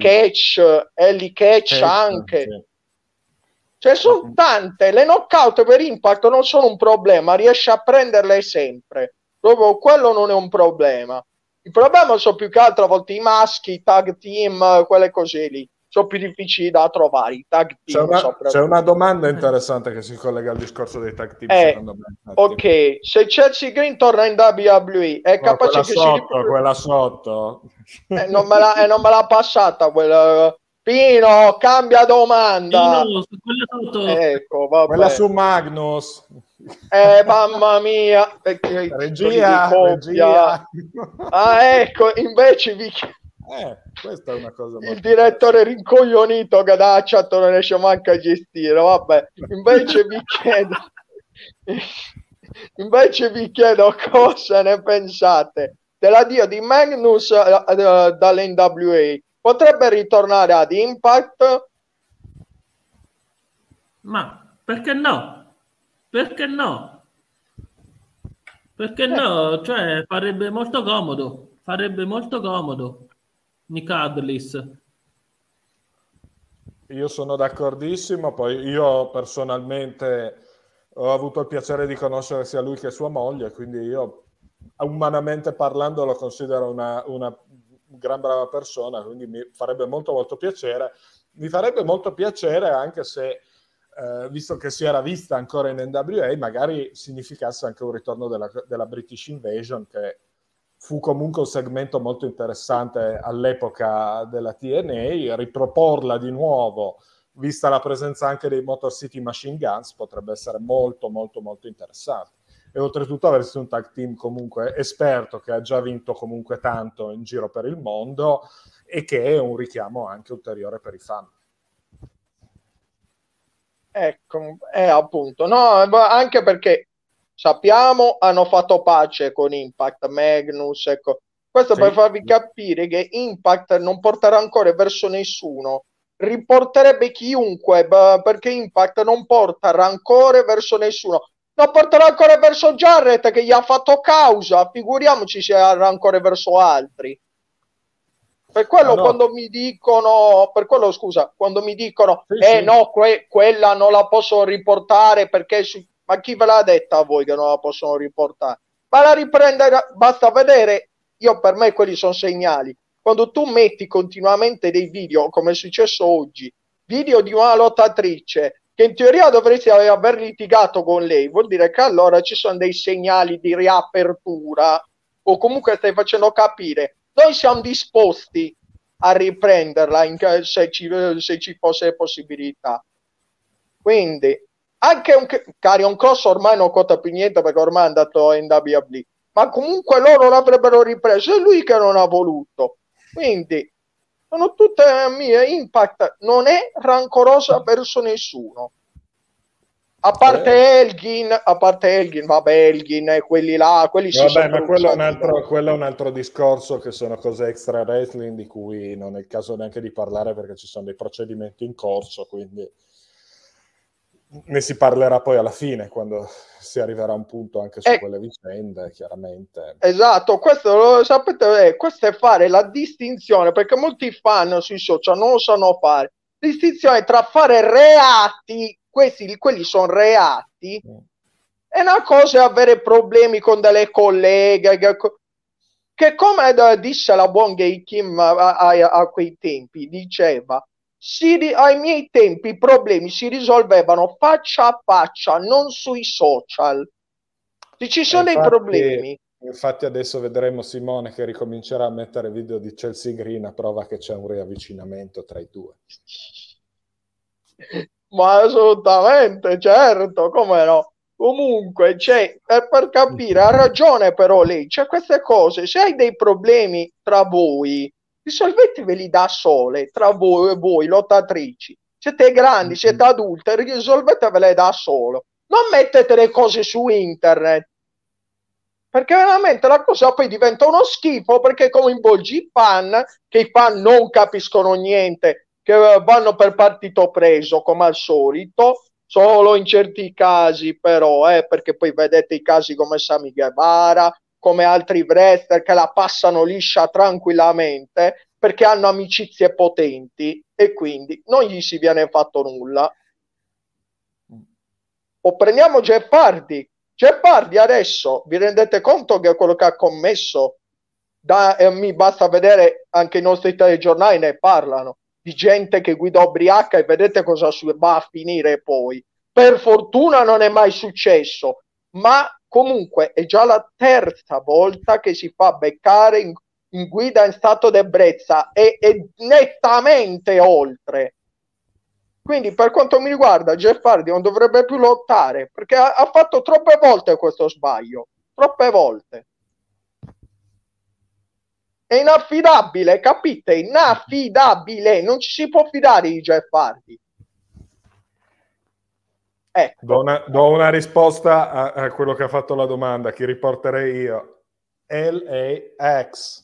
Catch anche. Sì. Cioè sono tante, le knockout per Impact non sono un problema, riesci a prenderle sempre, proprio quello non è un problema. Il problema sono più che altro a volte i maschi, i tag team, quelle cose lì sono più difficili da trovare, i tag team. C'è una domanda interessante che si collega al discorso dei tag team, secondo me. Ok, se Chelsea Green torna in WWE è capace che quella sotto. Non me l'ha passata quella. Pino, cambia domanda. Ecco, vabbè. Quella su Magnus. Mamma mia. Regia. Ah, ecco, invece vi questa è una cosa il direttore rincoglionito che da chat non riesce manco a gestire. Vabbè, invece vi chiedo cosa ne pensate dell'addio di Magnus dall'NWA. Potrebbe ritornare ad Impact? Ma perché no? Perché no? Perché no? Cioè farebbe molto comodo. Nick Adlis. Io sono d'accordissimo, poi io personalmente ho avuto il piacere di conoscere sia lui che sua moglie, quindi io umanamente parlando lo considero una gran brava persona, quindi mi farebbe molto molto piacere. Mi farebbe molto piacere anche se, visto che si era vista ancora in NWA, magari significasse anche un ritorno della British Invasion, che fu comunque un segmento molto interessante all'epoca della TNA. Riproporla di nuovo vista la presenza anche dei Motor City Machine Guns, potrebbe essere molto molto molto interessante. E oltretutto avresti un tag team comunque esperto, che ha già vinto comunque tanto in giro per il mondo e che è un richiamo anche ulteriore per i fan. Ecco, appunto, no, anche perché sappiamo hanno fatto pace con Impact, Magnus, ecco. Questo Sì. per farvi capire che Impact non porta rancore verso nessuno, riporterebbe chiunque, perché Impact non porta rancore verso nessuno, non porta rancore verso Jarrett che gli ha fatto causa, figuriamoci se ha rancore verso altri. Per quello no. quando mi dicono, per quello scusa, quando mi dicono Sì. no, quella non la posso riportare perché ma chi ve l'ha detta a voi che non la possono riportare? Ma la riprendere, basta vedere, io per me quelli sono segnali. Quando tu metti continuamente dei video, come è successo oggi, video di una lottatrice che in teoria dovresti aver litigato con lei, vuol dire che allora ci sono dei segnali di riapertura o comunque stai facendo capire noi siamo disposti a riprenderla se ci fosse possibilità. Quindi anche Karrion Cross ormai non conta più niente perché ormai è andato in WWE, ma comunque loro l'avrebbero ripreso, è lui che non ha voluto. Quindi sono tutte mie. Impact non è rancorosa verso nessuno. A parte Elgin, vabbè, Elgin e quelli là, quelli si sono ma quello bruciati. è un altro discorso, che sono cose extra wrestling di cui non è il caso neanche di parlare perché ci sono dei procedimenti in corso, quindi ne si parlerà poi alla fine, quando si arriverà a un punto anche su quelle vicende, chiaramente. Esatto, questo lo sapete, questo è fare la distinzione, perché molti fan sui social non lo sanno fare, distinzione tra fare reati, quelli sono reati, e una cosa è avere problemi con delle colleghe, che come disse la buon Gay Kim a quei tempi, diceva, ai miei tempi i problemi si risolvevano faccia a faccia, non sui social. Se ci sono dei problemi. Infatti adesso vedremo Simone che ricomincerà a mettere video di Chelsea Green a prova che c'è un riavvicinamento tra i due. Ma assolutamente, certo, come no. Comunque, per capire, ha ragione però lei, c'è queste cose, se hai dei problemi tra voi, risolveteveli da sole, tra voi lottatrici. Siete grandi, siete adulte, risolvetevele da solo. Non mettete le cose su internet, perché veramente la cosa poi diventa uno schifo, perché coinvolgi i fan, che i fan non capiscono niente, che vanno per partito preso come al solito, solo in certi casi però, perché poi vedete i casi come Sami Guevara, come altri wrestler che la passano liscia tranquillamente perché hanno amicizie potenti e quindi non gli si viene fatto nulla. O prendiamo Jeff Hardy. Jeff Hardy adesso, vi rendete conto che quello che ha commesso? Mi basta vedere, anche i nostri telegiornali ne parlano, di gente che guida ubriaca e vedete cosa va a finire poi. Per fortuna non è mai successo, ma comunque è già la terza volta che si fa beccare in guida in stato d'ebbrezza e nettamente oltre. Quindi per quanto mi riguarda Jeff Hardy non dovrebbe più lottare perché ha fatto troppe volte questo sbaglio, troppe volte. È inaffidabile, capite? Inaffidabile, non ci si può fidare di Jeff Hardy. Ecco. Do una risposta a quello che ha fatto la domanda, che riporterei io. LAX.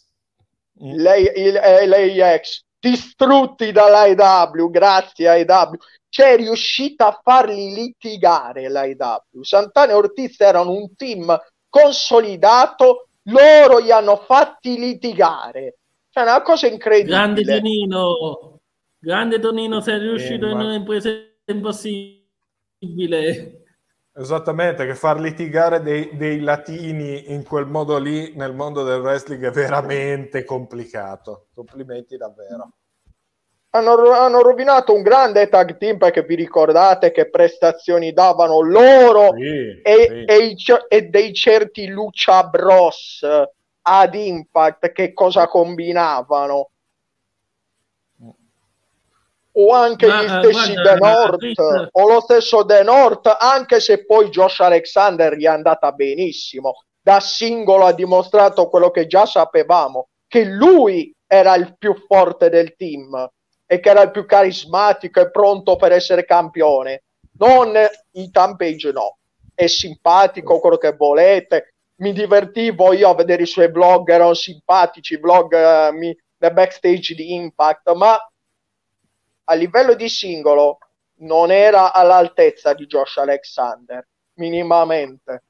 LAX, distrutti dall'AEW, grazie AEW. C'è riuscita a farli litigare l'AEW. Santana e Ortiz erano un team consolidato, loro gli hanno fatti litigare. Cioè, una cosa incredibile. Grande Tonino, sei riuscito in un'impresa impossibile. Esattamente, che far litigare dei latini in quel modo lì nel mondo del wrestling è veramente complicato. Complimenti davvero. Hanno rovinato un grande tag team, perché vi ricordate che prestazioni davano loro e dei certi Lucha Bros ad Impact, che cosa combinavano. o anche gli stessi The North, o lo stesso The North, anche se poi Josh Alexander gli è andata benissimo, da singolo ha dimostrato quello che già sapevamo, che lui era il più forte del team e che era il più carismatico e pronto per essere campione. Non Ethan Page, no, è simpatico, quello che volete, mi divertivo io a vedere i suoi vlog, erano simpatici, vlog nel backstage di Impact, ma a livello di singolo non era all'altezza di Josh Alexander, minimamente.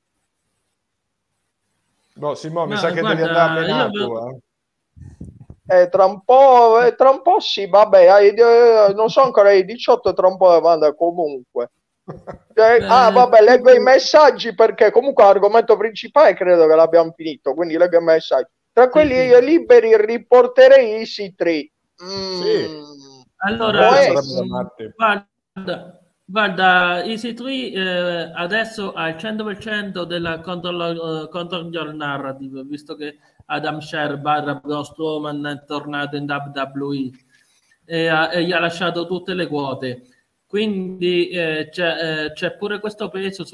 No, Simone, mi sa che devi andare a menare tra un po' sì, vabbè, non so ancora i 18, tra un po' avanti comunque. Vabbè, leggo i messaggi perché comunque l'argomento principale credo che l'abbiamo finito, quindi leggo i messaggi. Tra quelli liberi riporterei Easy 3. Sì. Allora, guarda, Easy 3 adesso ha il 100% della control narrative, visto che Adam Scherr / Braun Strowman è tornato in WWE e gli ha lasciato tutte le quote. Quindi c'è pure questo peso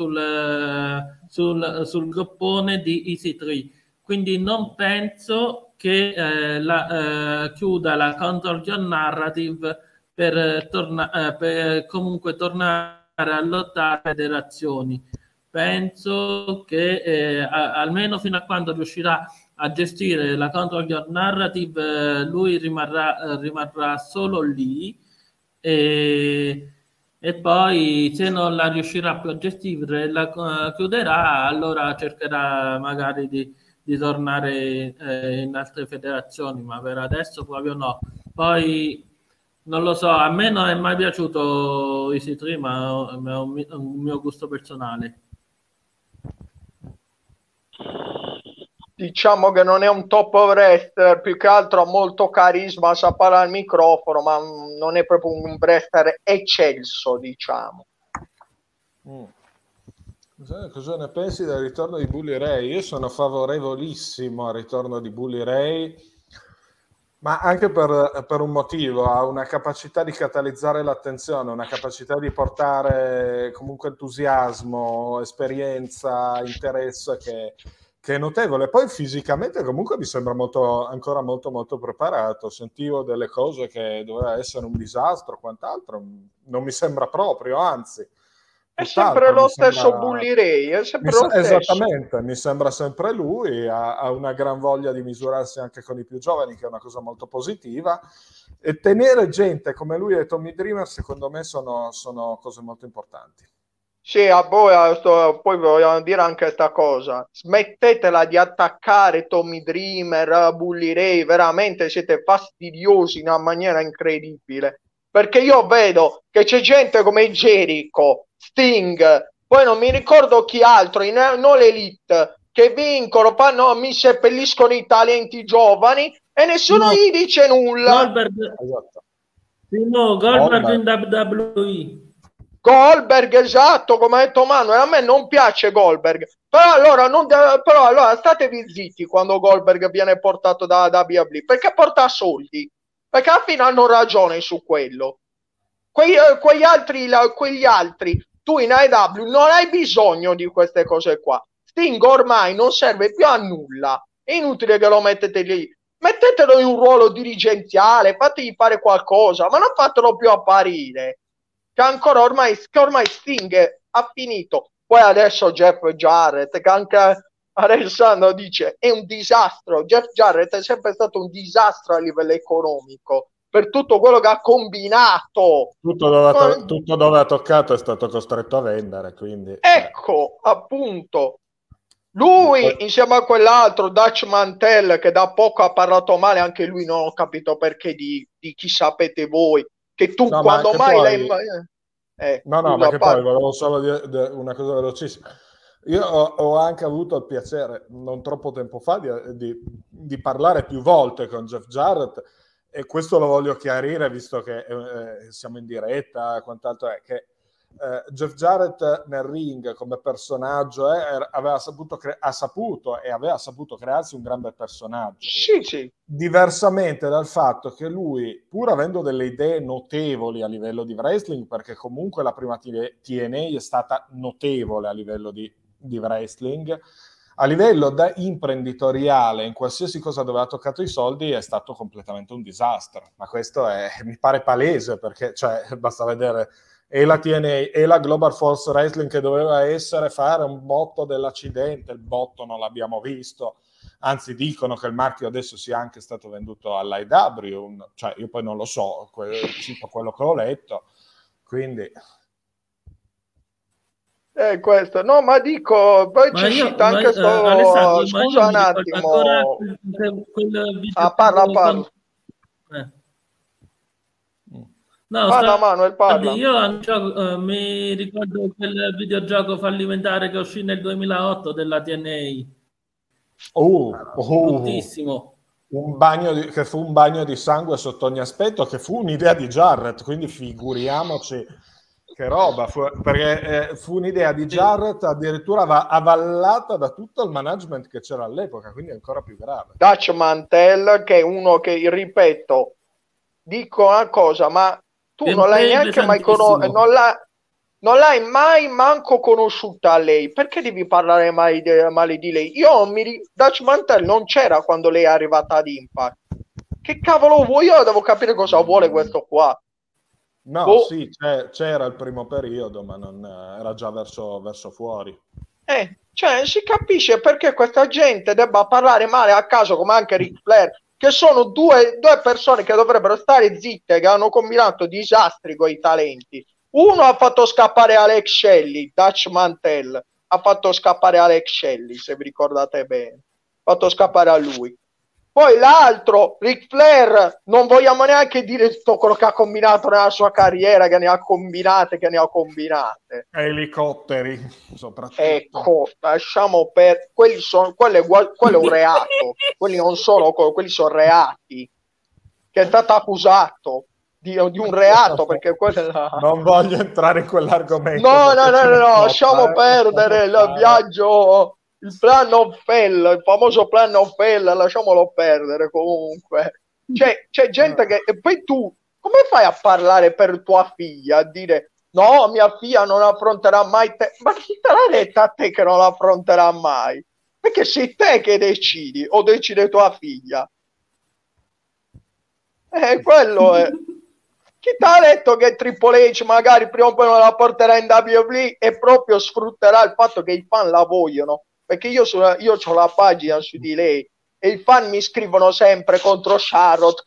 sul groppone di Easy 3. Quindi non penso che chiuda la control narrative per comunque tornare a lottare federazioni. Penso che almeno fino a quando riuscirà a gestire la control narrative lui rimarrà solo lì e poi se non la riuscirà più a gestire la chiuderà, allora cercherà magari di tornare in altre federazioni, ma per adesso proprio no. Poi non lo so, a me non è mai piaciuto Easy 3, ma è un mio gusto personale. Diciamo che non è un top wrestler, più che altro ha molto carisma, sa parlare al microfono, ma non è proprio un wrestler eccelso, diciamo. Cosa ne pensi del ritorno di Bully Ray? Io sono favorevolissimo al ritorno di Bully Ray, ma anche per un motivo: ha una capacità di catalizzare l'attenzione, una capacità di portare comunque entusiasmo, esperienza, interesse che è notevole. Poi fisicamente comunque mi sembra ancora molto preparato. Sentivo delle cose che doveva essere un disastro, quant'altro non mi sembra proprio, anzi è sempre lo stesso Bully Ray, è sempre lo stesso. Esattamente, mi sembra sempre lui, ha una gran voglia di misurarsi anche con i più giovani, che è una cosa molto positiva, e tenere gente come lui e Tommy Dreamer secondo me sono cose molto importanti. Sì, a voi poi voglio dire anche questa cosa: smettetela di attaccare Tommy Dreamer, Bully Ray, veramente siete fastidiosi in una maniera incredibile, perché io vedo che c'è gente come Jericho, Sting, poi non mi ricordo chi altro, non l'Elite, che vincono, mi seppelliscono i talenti giovani e nessuno gli dice nulla. Goldberg in WWE. Goldberg, esatto, come ha detto Manuel, a me non piace Goldberg, però allora statevi zitti quando Goldberg viene portato da WWE, perché porta soldi, perché alla fine hanno ragione su quello. Quegli altri, tu in AEW non hai bisogno di queste cose qua. Sting ormai non serve più a nulla, è inutile che lo mettete lì, mettetelo in un ruolo dirigenziale, fategli fare qualcosa, ma non fatelo più apparire. Che ancora ormai Sting ha finito. Poi adesso Jeff Jarrett, che anche Alessandro dice è un disastro. Jeff Jarrett è sempre stato un disastro a livello economico per tutto quello che ha combinato. Tutto dove ha toccato è stato costretto a vendere, quindi ecco, appunto, lui insieme a quell'altro Dutch Mantel, che da poco ha parlato male, anche lui non ho capito perché, di chi sapete voi, che tu quando mai poi... ma che poi volevo solo dire una cosa velocissima. Io ho anche avuto il piacere non troppo tempo fa di parlare più volte con Jeff Jarrett, e questo lo voglio chiarire visto che siamo in diretta, quant'altro è, che Jeff Jarrett nel ring come personaggio aveva saputo crearsi un gran bel personaggio. Sì. Diversamente dal fatto che lui, pur avendo delle idee notevoli a livello di wrestling, perché comunque la prima TNA è stata notevole a livello di wrestling, a livello da imprenditoriale, in qualsiasi cosa dove ha toccato i soldi, è stato completamente un disastro. Ma questo mi pare palese, perché basta vedere e la TNA e la Global Force Wrestling, che doveva fare un botto dell'accidente, il botto non l'abbiamo visto, anzi dicono che il marchio adesso sia anche stato venduto all'IW, io poi non lo so, cito quello che ho letto, quindi... questo, no, ma dico, poi c'è uscita anche Alessandro, scusa un attimo, parla. No, parla Manuel, parla. Io mi ricordo quel videogioco fallimentare che uscì nel 2008 della TNA. Bruttissimo. Che fu un bagno di sangue sotto ogni aspetto, che fu un'idea di Jarrett, quindi figuriamoci che roba, perché fu un'idea di Jarrett addirittura avallata da tutto il management che c'era all'epoca, quindi è ancora più grave. Dutch Mantel, che è uno che, ripeto, dico una cosa, ma tu non l'hai neanche mai conosciuto, non l'hai mai manco conosciuta lei, perché devi parlare male di lei? Dutch Mantel non c'era quando lei è arrivata ad Impact. Che cavolo vuoi? Io devo capire cosa vuole questo qua. No, sì, c'era il primo periodo, ma non era già verso fuori. Si capisce perché questa gente debba parlare male a caso, come anche Ric Flair, che sono due persone che dovrebbero stare zitte, che hanno combinato disastri con i talenti. Uno ha fatto scappare Alex Shelley, Dutch Mantel ha fatto scappare Alex Shelley, se vi ricordate bene, ha fatto scappare a lui. Poi l'altro, Ric Flair, non vogliamo neanche dire tutto quello che ha combinato nella sua carriera, che ne ha combinate. Elicotteri, soprattutto. Ecco, lasciamo per... quello è un reato. Quelli non sono, quelli sono reati. Che è stato accusato di un reato, perché quella... Non voglio entrare in quell'argomento. No, lasciamo perdere il viaggio... Il plan of hell, il famoso plan of hell, lasciamolo perdere comunque. C'è gente che... E poi tu, come fai a parlare per tua figlia? A dire, no, mia figlia non affronterà mai te. Ma chi te l'ha detto a te che non affronterà mai? Perché sei te che decidi, o decide tua figlia? Quello è... Chi ti ha detto che Triple H magari prima o poi non la porterà in WWE e proprio sfrutterà il fatto che i fan la vogliono? Perché io ho la pagina su di lei e i fan mi scrivono sempre contro Charlotte.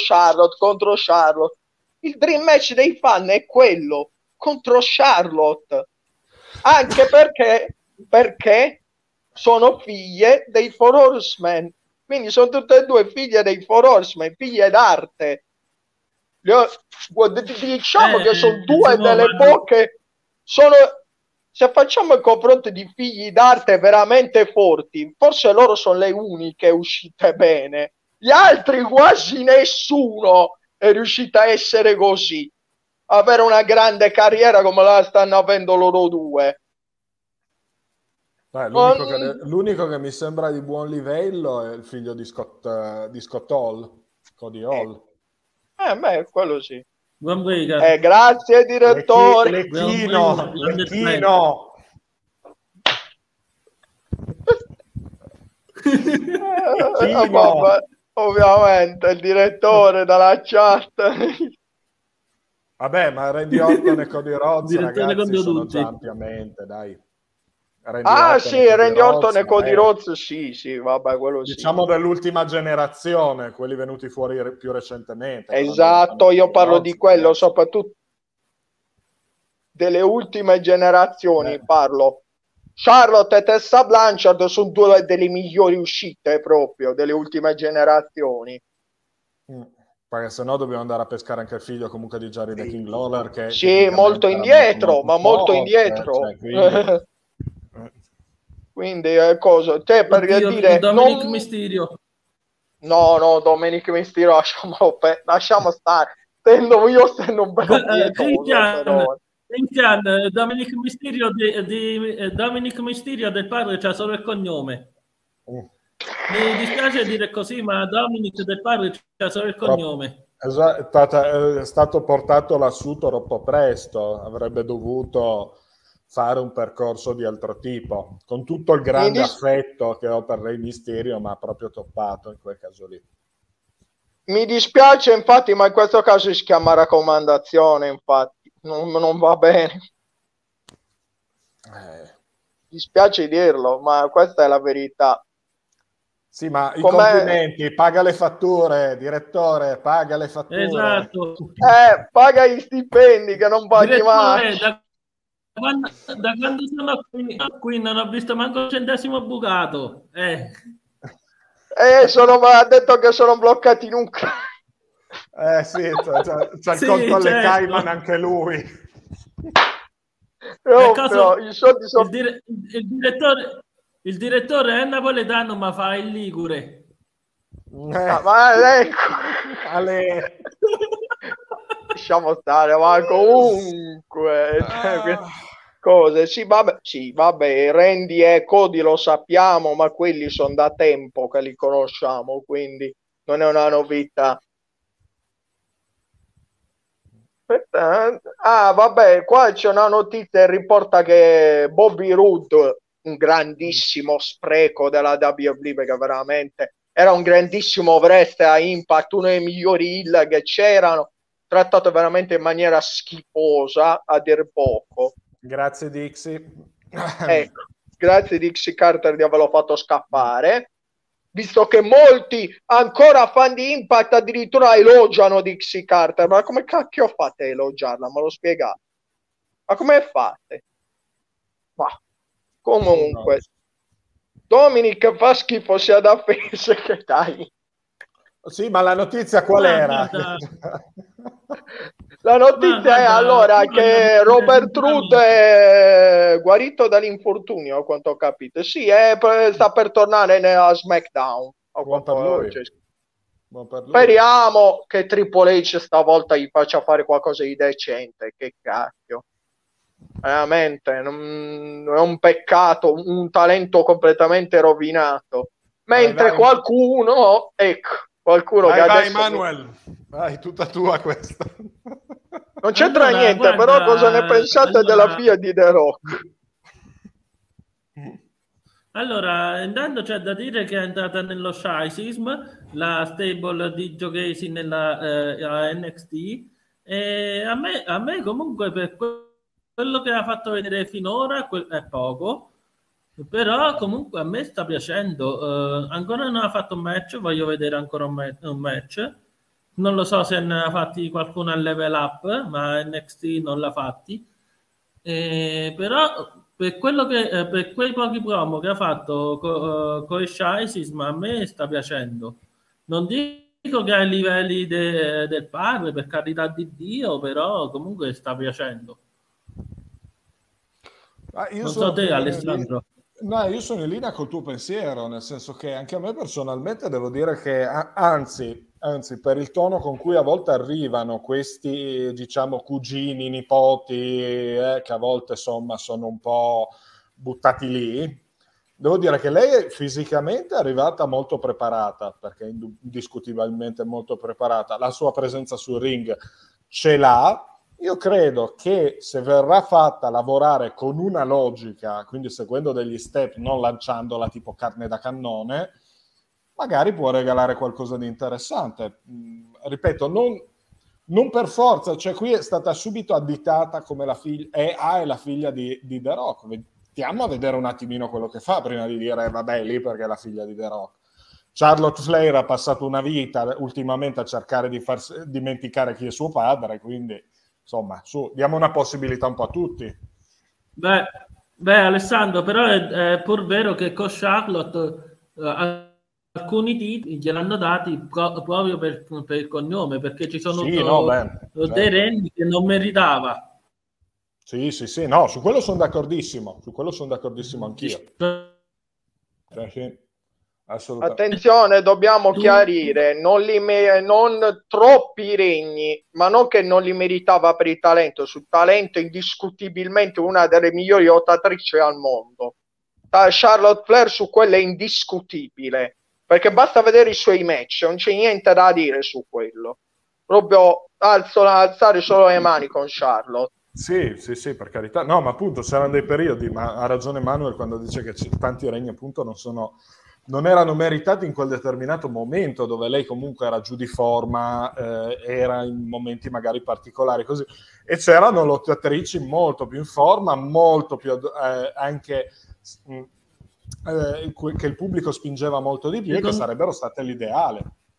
Il dream match dei fan è quello, contro Charlotte. Anche perché sono figlie dei Four Horsemen. Quindi sono tutte e due figlie dei Four Horsemen, figlie d'arte. Diciamo che sono due delle poche... Se facciamo il confronto di figli d'arte veramente forti, forse loro sono le uniche uscite bene. Gli altri quasi nessuno è riuscito a essere così, avere una grande carriera come la stanno avendo loro due. L'unico che mi sembra di buon livello è il figlio di Scott Hall, Cody Hall. Quello sì. Grazie direttore. Lecchino. Ovviamente il direttore dalla chat. Vabbè, ma Randy Orton e Cody Rhodes, ragazzi, sono già ampiamente, dai. Randy Orton e Cody Rhodes, sì, vabbè, quello diciamo sì. dell'ultima generazione, quelli venuti fuori più recentemente. Esatto, io parlo di quello, soprattutto delle ultime generazioni, parlo. Charlotte e Tessa Blanchard sono due delle migliori uscite proprio delle ultime generazioni. Perché sennò dobbiamo andare a pescare anche il figlio comunque di Jerry the King Lawler, che sì, molto indietro, molto indietro. Quindi cosa? Te per dire Dominic Mysterio. No, Dominic Mysterio lasciamo stare. Stendo un bel pietoso, però. Dominic Mysterio Dominic Mysterio del padre c'ha solo il cognome. Mi dispiace dire così, ma Dominic del padre c'ha solo il cognome. È stato portato lassù troppo presto, avrebbe dovuto fare un percorso di altro tipo, con tutto il grande affetto che ho per Rey Mysterio, ma proprio toppato in quel caso lì. Mi dispiace infatti, ma in questo caso si chiama raccomandazione, infatti non va bene. Mi dispiace dirlo, ma questa è la verità. Sì, ma i complimenti, paga le fatture, direttore, paga le fatture. Esatto. Paga gli stipendi che non paghi mai. Da quando sono qui non ho visto manco un centesimo bucato. Ha detto che sono bloccati in Ucraina. Sì, c'ha il conto alle Cayman anche lui. I soldi sono... Il direttore è napoletano, ma fa il ligure. Ma ecco. Lasciamo stare, ma comunque cose. Sì, vabbè, Randy e Cody lo sappiamo, ma quelli sono da tempo che li conosciamo, quindi non è una novità. Vabbè, qua c'è una notizia che riporta che Bobby Roode, un grandissimo spreco della WWE, perché veramente era un grandissimo wrestler a Impact, uno dei migliori heel che c'erano, trattato veramente in maniera schifosa, a dir poco. Grazie Dixie. Ecco, grazie Dixie Carter di averlo fatto scappare, visto che molti ancora fan di Impact addirittura elogiano Dixie Carter. Ma come cacchio fate a elogiarla? Me lo spiegate? Ma come fate? Ma comunque Dominic fa schifo sia da face che dai. Sì, ma la notizia qual era? La notizia è allora che Robert Roode è guarito dall'infortunio, a quanto ho capito. Sì, sta per tornare a SmackDown. Buon per lui. Speriamo che Triple H stavolta gli faccia fare qualcosa di decente. Che cacchio. Veramente, è un peccato, un talento completamente rovinato. Mentre qualcuno, ecco, qualcuno che vai, adesso... Manuel, vai, tutta tua questa. Non c'entra niente, guarda, però cosa ne pensate della figlia di The Rock? Allora, intanto c'è da dire che è entrata nello Shism, la stable di Joe Gacy nella NXT, e a me comunque per quello che ha fatto vedere finora è poco, però comunque a me sta piacendo. Ancora non ha fatto un match, voglio vedere ancora un match. Non lo so se ne ha fatti qualcuno al level up, ma NXT non l'ha fatti. Però per quello che per quei pochi promo che ha fatto con i Shices, ma a me sta piacendo. Non dico che ai livelli del padre, per carità di Dio, però comunque sta piacendo. Non so te, Alessandro. No, io sono in linea col tuo pensiero, nel senso che anche a me personalmente devo dire che, anzi, per il tono con cui a volte arrivano questi, diciamo, cugini, nipoti, che a volte, insomma, sono un po' buttati lì, devo dire che lei è fisicamente arrivata molto preparata, perché indiscutibilmente molto preparata, la sua presenza sul ring ce l'ha. Io credo che se verrà fatta lavorare con una logica, quindi seguendo degli step, non lanciandola tipo carne da cannone, magari può regalare qualcosa di interessante. Ripeto, non per forza, cioè qui è stata subito additata come la figlia, è la figlia di The Rock. Vediamo a vedere un attimino quello che fa prima di dire vabbè, lì perché è la figlia di The Rock. Charlotte Flair ha passato una vita ultimamente a cercare di far dimenticare chi è suo padre, quindi insomma, diamo una possibilità un po' a tutti. Beh Alessandro, però è pur vero che con Charlotte alcuni titoli gliel'hanno dati proprio per il cognome, perché ci sono dei regni che non meritava. Sì, no, su quello sono d'accordissimo, anch'io. Sì. assolutamente. Attenzione, dobbiamo chiarire, non troppi regni, ma non che non li meritava per il talento, sul talento indiscutibilmente una delle migliori lottatrici al mondo. Charlotte Flair su quello è indiscutibile, perché basta vedere i suoi match, non c'è niente da dire su quello. Proprio alzare solo le mani con Charlotte. Sì, sì, sì, per carità. No, ma appunto c'erano dei periodi, ma ha ragione Manuel quando dice che tanti regni appunto non erano meritati in quel determinato momento dove lei comunque era giù di forma, era in momenti magari particolari così, e c'erano lottatrici molto più in forma, molto più anche che il pubblico spingeva molto di più e che sarebbero state l'ideale.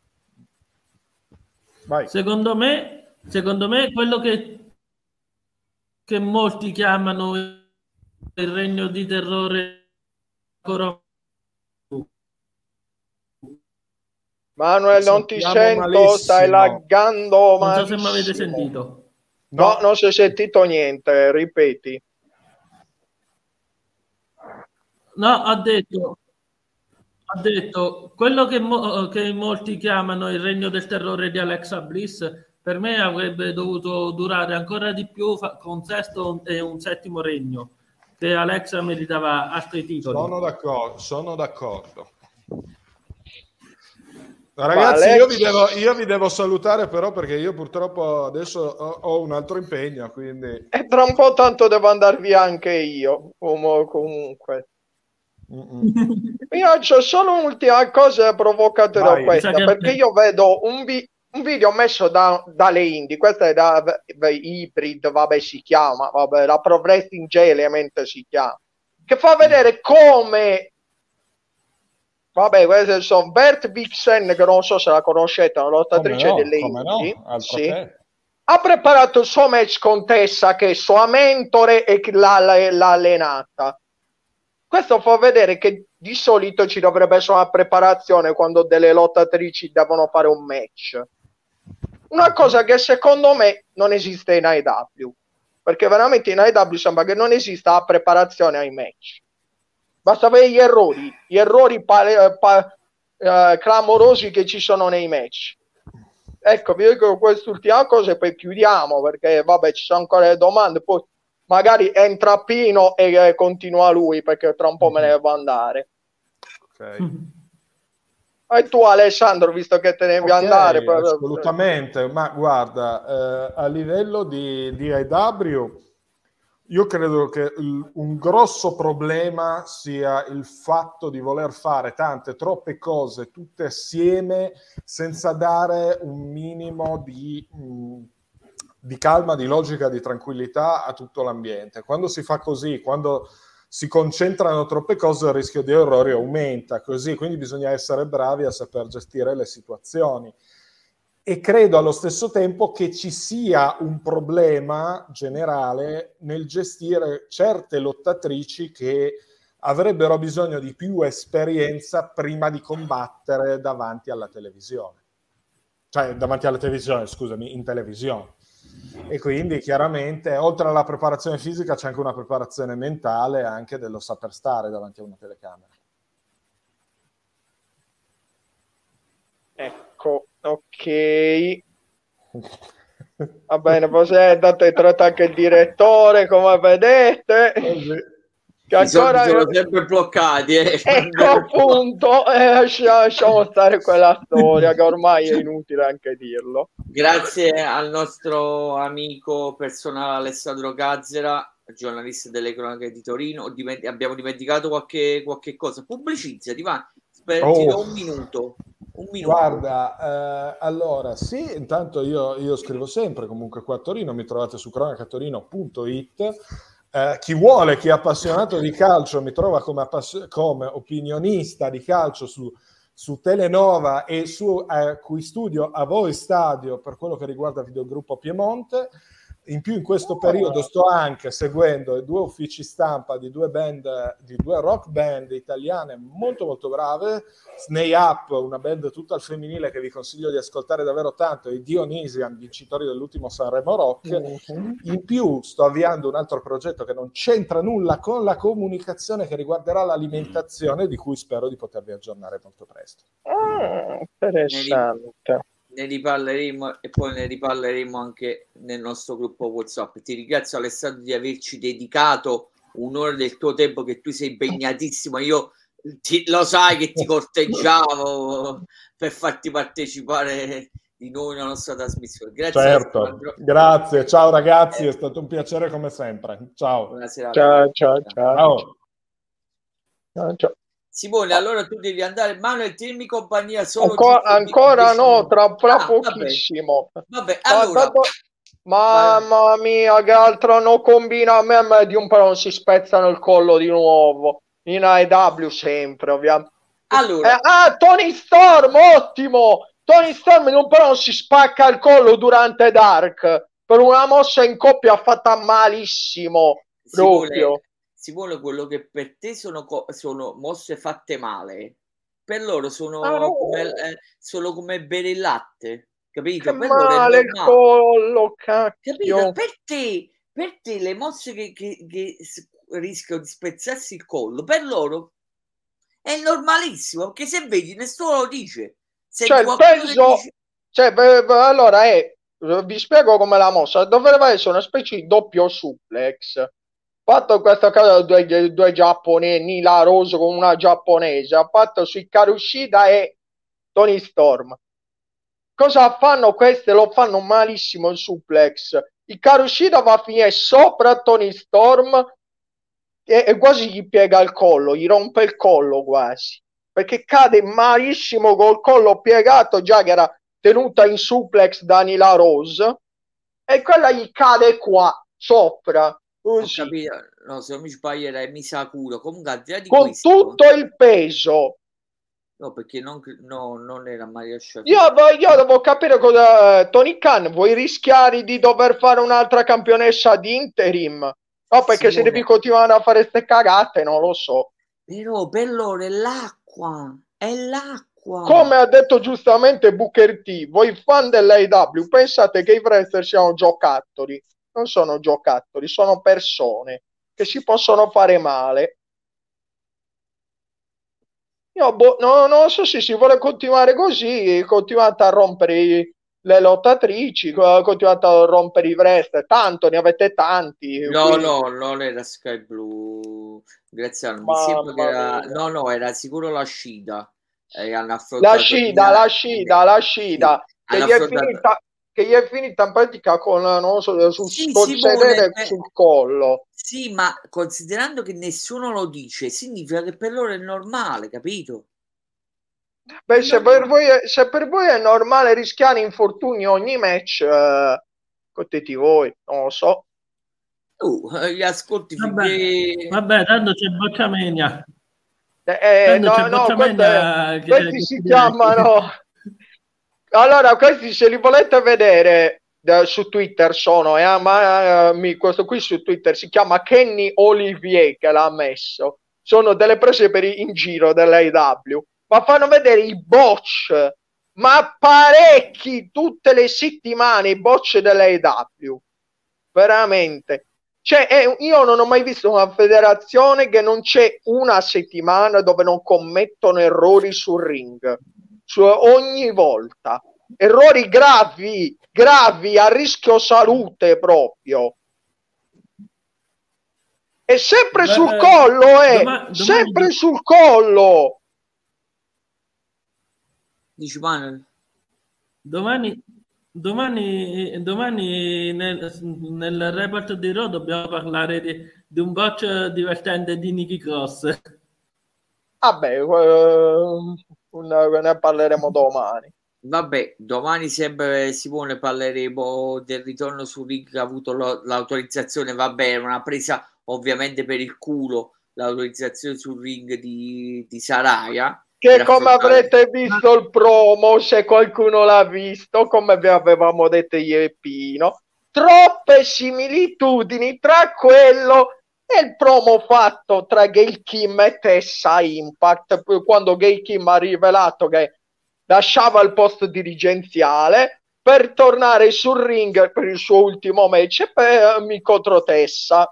Vai. Secondo me quello che molti chiamano il regno di terrore ancora. Manuel, non ti sento, malissimo. Stai laggando. Non so se mi avete sentito. No, non si è sentito niente, ripeti. No, ha detto quello che molti chiamano il regno del terrore di Alexa Bliss, per me avrebbe dovuto durare ancora di più con sesto e un settimo regno, che Alexa meritava altri titoli. Sono d'accordo. Ragazzi, io vi devo salutare però perché io purtroppo adesso ho un altro impegno, quindi... E tra un po' tanto devo andare via anche io, comunque. Io ho solo un'ultima cosa provocata da questa, perché io vedo un video messo dalle indie, questa è da Hybrid, vabbè si chiama, vabbè, la Pro Wrestling Element si chiama, che fa vedere come... Vabbè, queste sono Bert Vixen, che non so se la conoscete, una lottatrice delle indie. No, sì. Ha preparato il suo match con Tessa, che è sua mentore e l'ha allenata. Questo fa vedere che di solito ci dovrebbe essere una preparazione quando delle lottatrici devono fare un match. Una cosa che secondo me non esiste in AEW, perché veramente in AEW sembra che non esista la preparazione ai match. Basta vedere gli errori clamorosi che ci sono nei match. Ecco, vi dico quest'ultima cosa e poi chiudiamo, perché vabbè ci sono ancora le domande, poi magari entra Pino e continua lui, perché tra un po' me ne devo andare. Ok. E tu Alessandro, visto che te ne devi andare. Assolutamente, ma guarda, a livello di AEW, io credo che un grosso problema sia il fatto di voler fare troppe cose tutte assieme senza dare un minimo di calma, di logica, di tranquillità a tutto l'ambiente. Quando si fa così, quando si concentrano troppe cose, il rischio di errori aumenta, così, quindi bisogna essere bravi a saper gestire le situazioni. E credo allo stesso tempo che ci sia un problema generale nel gestire certe lottatrici che avrebbero bisogno di più esperienza prima di combattere davanti alla televisione. Cioè, davanti alla televisione, scusami, in televisione. E quindi chiaramente, oltre alla preparazione fisica, c'è anche una preparazione mentale, anche dello saper stare davanti a una telecamera. Ecco. Ok, va bene, poi è dato entrato anche il direttore, come vedete, che ancora sono sempre bloccati. Ecco appunto, lasciamo stare quella storia che ormai è inutile anche dirlo. Grazie al nostro amico personale Alessandro Gazzera, giornalista delle Cronache di Torino. Abbiamo dimenticato qualche cosa. Pubblicizia, ti va? Ti do un minuto. Guarda, allora sì, intanto io scrivo sempre comunque qua a Torino, mi trovate su cronacatorino.it. Chi vuole, chi è appassionato di calcio, mi trova come opinionista di calcio su Telenova e su Qui Studio A Voi Stadio per quello che riguarda Videogruppo Piemonte. In più in questo periodo sto anche seguendo 2 uffici stampa di 2 band, di 2 rock band italiane molto molto brave, Snay Up, una band tutta al femminile che vi consiglio di ascoltare davvero tanto, e Dionysian, vincitori dell'ultimo Sanremo Rock. In più sto avviando un altro progetto che non c'entra nulla con la comunicazione, che riguarderà l'alimentazione, di cui spero di potervi aggiornare molto presto. Interessante. Ne riparleremo, e poi ne riparleremo anche nel nostro gruppo WhatsApp. Ti ringrazio, Alessandro, di averci dedicato un'ora del tuo tempo, che tu sei impegnatissimo. Io lo sai che ti corteggiavo per farti partecipare di nuovo nella nostra trasmissione. Grazie. Certo, Alessandro. grazie, ciao ragazzi, è stato un piacere come sempre. Ciao. Buonasera. Ciao. Ciao. Ciao. Simone, allora tu devi andare. Manuel, tienimi compagnia solo ancora no, tra pochissimo. Vabbè, allora. Mamma mia, che altro hanno combinato? A me di un po' non si spezzano il collo di nuovo. In AEW sempre, ovviamente. Allora. Tony Storm, ottimo! Tony Storm di un po' non si spacca il collo durante Dark. Per una mossa in coppia fatta malissimo. Proprio. Simone, quello che per te sono mosse fatte male, per loro sono come bere il latte, capito? Che per male il collo, cacchio. Capito? Per te le mosse che rischiano di spezzarsi il collo, per loro è normalissimo, perché se vedi nessuno lo dice. Allora vi spiego come la mossa dovrebbe essere una specie di doppio suplex. Fatto in questo caso due giapponesi, Nila Rose con una giapponese, ha fatto su Hikaru Shida e Tony Storm. Cosa fanno queste? Lo fanno malissimo il suplex. Hikaru Shida va a finire sopra Tony Storm e quasi gli piega il collo, gli rompe il collo quasi, perché cade malissimo col collo piegato, già che era tenuta in suplex da Nila Rose, e quella gli cade qua sopra. Così. Ho capito. No, se non mi sbaglierei Misakuro. Comunque, al di là di con questo, tutto il peso. No, perché non era mai riuscito. Io devo capire cosa. Tony Khan, vuoi rischiare di dover fare un'altra campionessa di interim? No, perché se devi continuare a fare ste cagate, non lo so. Però per loro è l'acqua. Come ha detto giustamente Booker T, voi fan dell'AEW pensate che i wrestler siano giocattoli. Non sono giocattoli, sono persone che si possono fare male. Io non so se si vuole continuare così, continuate a rompere le lottatrici, continuate a rompere i wrestler, tanto ne avete tanti. No, non era Sky Blue, grazie a me sembra che era, no, era sicuro la Shida. La Shida, che gli è finita in pratica con, non so, col sedere sul collo. Sì, ma considerando che nessuno lo dice, significa che per loro è normale, capito? Beh, se per voi è normale rischiare infortuni ogni match, contenti voi, non lo so. Gli ascolti vabbè, tanto c'è Bocciamania. Questi si chiamano. Allora, questi se li volete vedere su Twitter sono, questo qui su Twitter si chiama Kenny Olivier che l'ha messo. Sono delle prese in giro dell'AEW, ma fanno vedere i botch, ma parecchi tutte le settimane i botch dell'AEW. Veramente. Cioè, io non ho mai visto una federazione che non c'è una settimana dove non commettono errori sul ring. Ogni volta. Errori gravi, a rischio salute proprio. E sempre sul collo, sempre sul collo. Dici, Manuel? Domani nel report di Raw dobbiamo parlare di un botch divertente di Nikki Cross. Vabbè, ne parleremo domani. Vabbè, domani sempre, Simone, parleremo del ritorno su ring che ha avuto l'autorizzazione. Vabbè, una presa ovviamente per il culo l'autorizzazione sul ring di Saraya. Che come avrete visto il promo, se qualcuno l'ha visto, come vi avevamo detto io e Pino, troppe similitudini tra quello e il promo fatto tra Gail Kim e Tessa Impact, quando Gail Kim ha rivelato che lasciava il posto dirigenziale per tornare sul ring per il suo ultimo match contro Tessa.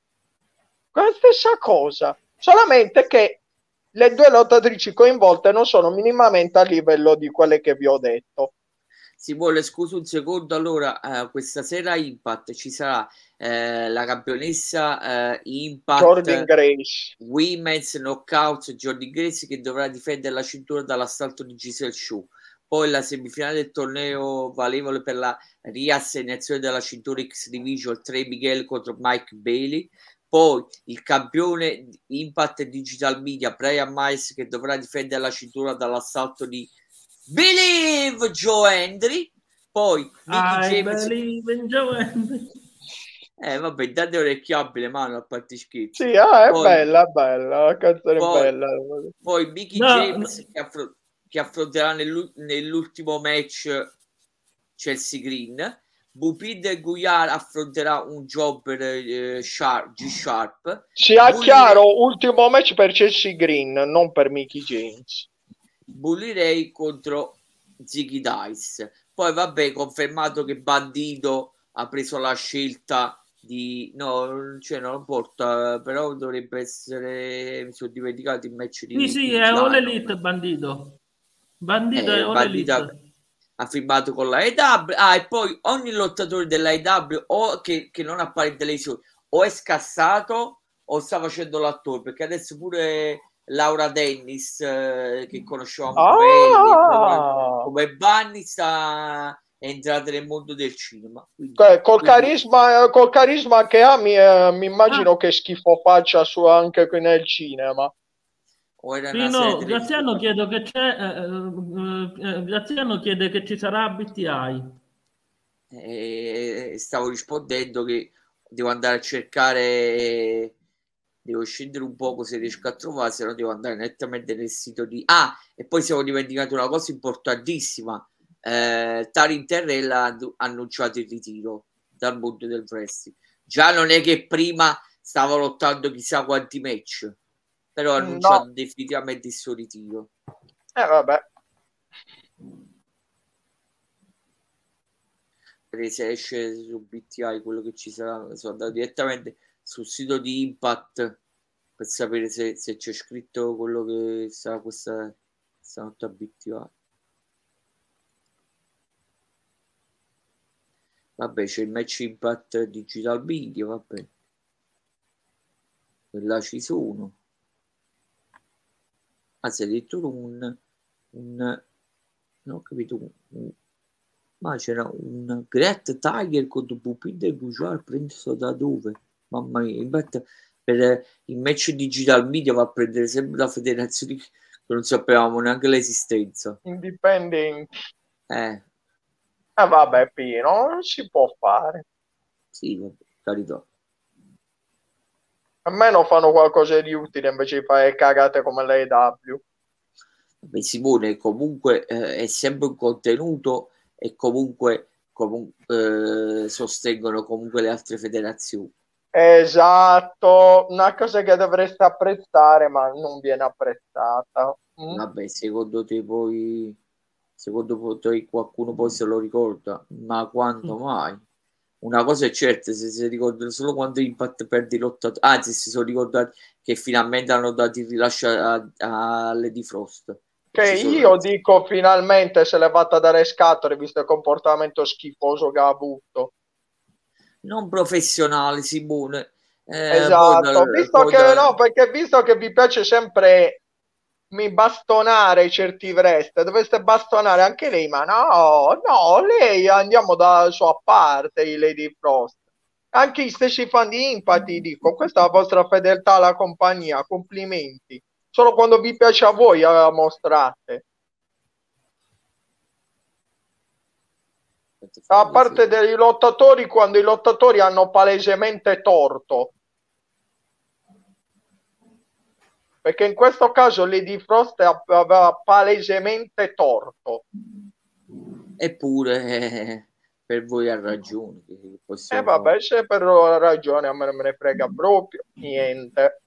La stessa cosa, solamente che le due lottatrici coinvolte non sono minimamente a livello di quelle che vi ho detto. Si vuole, scusa un secondo, allora questa sera Impact ci sarà la campionessa Impact Jordynne Grace Women's Knockout Jordynne Grace, che dovrà difendere la cintura dall'assalto di Giselle Shaw. Poi la semifinale del torneo valevole per la riassegnazione della cintura X Division, Trey Miguel contro Mike Bailey. Poi il campione Impact Digital Media Brian Myers, che dovrà difendere la cintura dall'assalto di Believe Joe Hendry. Poi Mickey James. Believe in Joe Hendry. Vabbè, date orecchiabile, mano, a parte scherzi. Sì, è poi, bella, la canzone poi, è bella. Poi Mickey James che affronterà nell'ultimo match Chelsea Green. Bupid e Guyar affronterà un jobber G-Sharp. Sia chiaro, ultimo match per Chelsea Green, non per Mickey James. Bully Ray contro Ziggy Dice. Poi vabbè, confermato che Bandito ha preso la scelta di cioè non lo porta, però dovrebbe essere, mi sono dimenticato il match di sì, è All Elite Bandito è All Elite. Ha firmato con la AEW. E poi ogni lottatore della AEW o che non appare in televisione o è scassato o sta facendo l'attore, perché adesso pure Laura Dennis che conoscevamo come Bunny è entrata nel mondo del cinema. Col carisma che ha mi immagino che schifo faccia anche qui nel cinema. Graziano chiede che ci sarà BTI. Stavo rispondendo che devo andare a cercare, devo scendere un poco se riesco a trovare, se no devo andare nettamente nel sito di e poi siamo dimenticati una cosa importantissima. Taryn Terrell ha annunciato il ritiro dal mondo del wrestling. Già non è che prima stava lottando chissà quanti match, però ha annunciato definitivamente il suo ritiro. Vabbè, perché se esce su BTI quello che ci sarà, sono andato direttamente sul sito di Impact per sapere se c'è scritto quello che sarà questa notte a BTI. Vabbè, c'è il match Impact Digital Video, vabbè. E là ci sono. Si è detto non ho capito. Ma c'era un Great Tiger con Bupid e Gujar, preso da dove? Mamma mia, infatti per il match Digital Media va a prendere sempre la federazione che non sapevamo neanche l'esistenza. Indipendenti. Vabbè, Pino, non si può fare. Sì, vabbè, carità. Almeno fanno qualcosa di utile invece di fare cagate come l'AEW. Vabbè, Simone, comunque è sempre un contenuto e comunque sostengono comunque le altre federazioni. Esatto, una cosa che dovreste apprezzare ma non viene apprezzata. Vabbè, secondo te poi qualcuno poi se lo ricorda, ma quando mai? Una cosa è certa, se si ricordano solo quando Impact perde i lottatori, anzi si sono ricordati che finalmente hanno dato il rilascio a Lady Frost. Che io dico finalmente se l'è fatta dare scatole visto il comportamento schifoso che ha avuto. Non professionale, Simone. Esatto, perché visto che vi piace sempre bastonare certi wrestler, dovreste bastonare anche lei, ma no, lei andiamo da sua parte, i Lady Frost. Anche gli stessi fan di Impact dico, questa è la vostra fedeltà alla compagnia, complimenti. Solo quando vi piace a voi la mostrate. A parte dei lottatori, quando i lottatori hanno palesemente torto. Perché in questo caso Lady Frost aveva palesemente torto. Eppure Per voi ha ragione. Vabbè, c'è per loro ragione, a me non me ne frega proprio niente.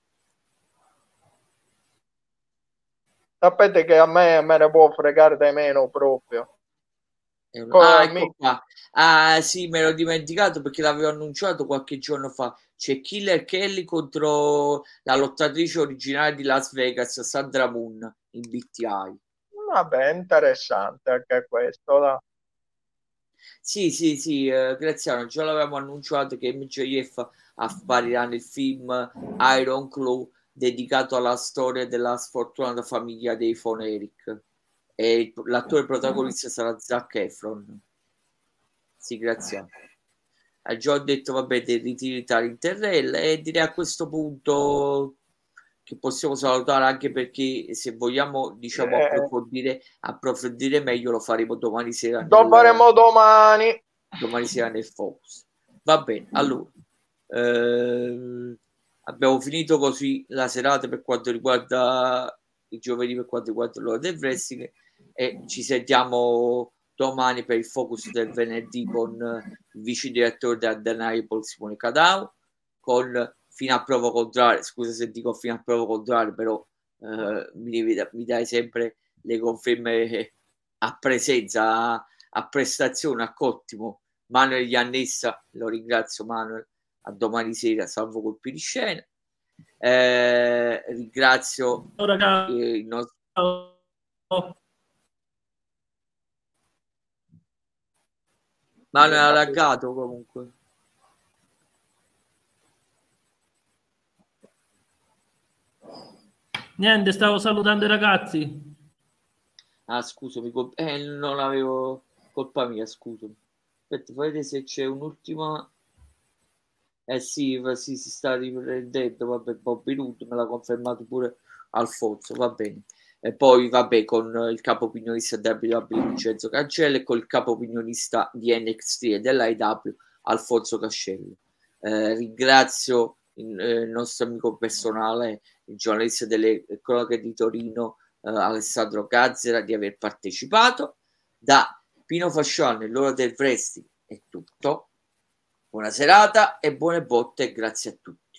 Sapete che a me ne può fregare di meno proprio. Ecco qua. Ah, sì, me l'ho dimenticato perché l'avevo annunciato qualche giorno fa. C'è Killer Kelly contro la lottatrice originale di Las Vegas, Sandra Moon, in BTI. Vabbè, interessante anche questo. Là. Sì, Graziano, già l'avevamo annunciato che MJF apparirà nel film Iron Claw dedicato alla storia della sfortunata famiglia dei Von Erich. E l'attore protagonista sarà Zac Efron. Sì, grazie. Ha già detto, vabbè, dei ritiri in terrella, e direi a questo punto che possiamo salutare, anche perché se vogliamo, diciamo, approfondire meglio, lo faremo domani sera. Lo faremo domani sera nel Focus. Va bene, allora abbiamo finito così la serata per quanto riguarda il giovedì, per quanto riguarda l'ora del wrestling, e ci sentiamo domani per il Focus del venerdì con il vice direttore di Undeniable Simone Cadao, con fino a prova contraria, scusa se dico fino a prova contraria, però mi dai sempre le conferme a presenza, a prestazione, a cottimo. Manuel Iannessa, lo ringrazio Manuel, a domani sera, salvo colpi di scena. Ringrazio il nostro... Manuel ha laggato comunque. Niente, stavo salutando i ragazzi. Ah, scusami, non avevo... colpa mia, scusami. Aspetta, vedete se c'è un'ultima... sì, si sta riprendendo, vabbè, Bobby Roode me l'ha confermato pure Alfonso, va bene. E poi, vabbè, con il capo opinionista WWE Vincenzo Cancello e con il capo opinionista di NXT e dell'AEW Alfonso Cascello. Ringrazio il nostro amico personale, il giornalista delle cronache di Torino, Alessandro Gazzera, di aver partecipato. Da Pino Fascione, l'ora del wrestling è tutto. Buona serata e buone botte, grazie a tutti.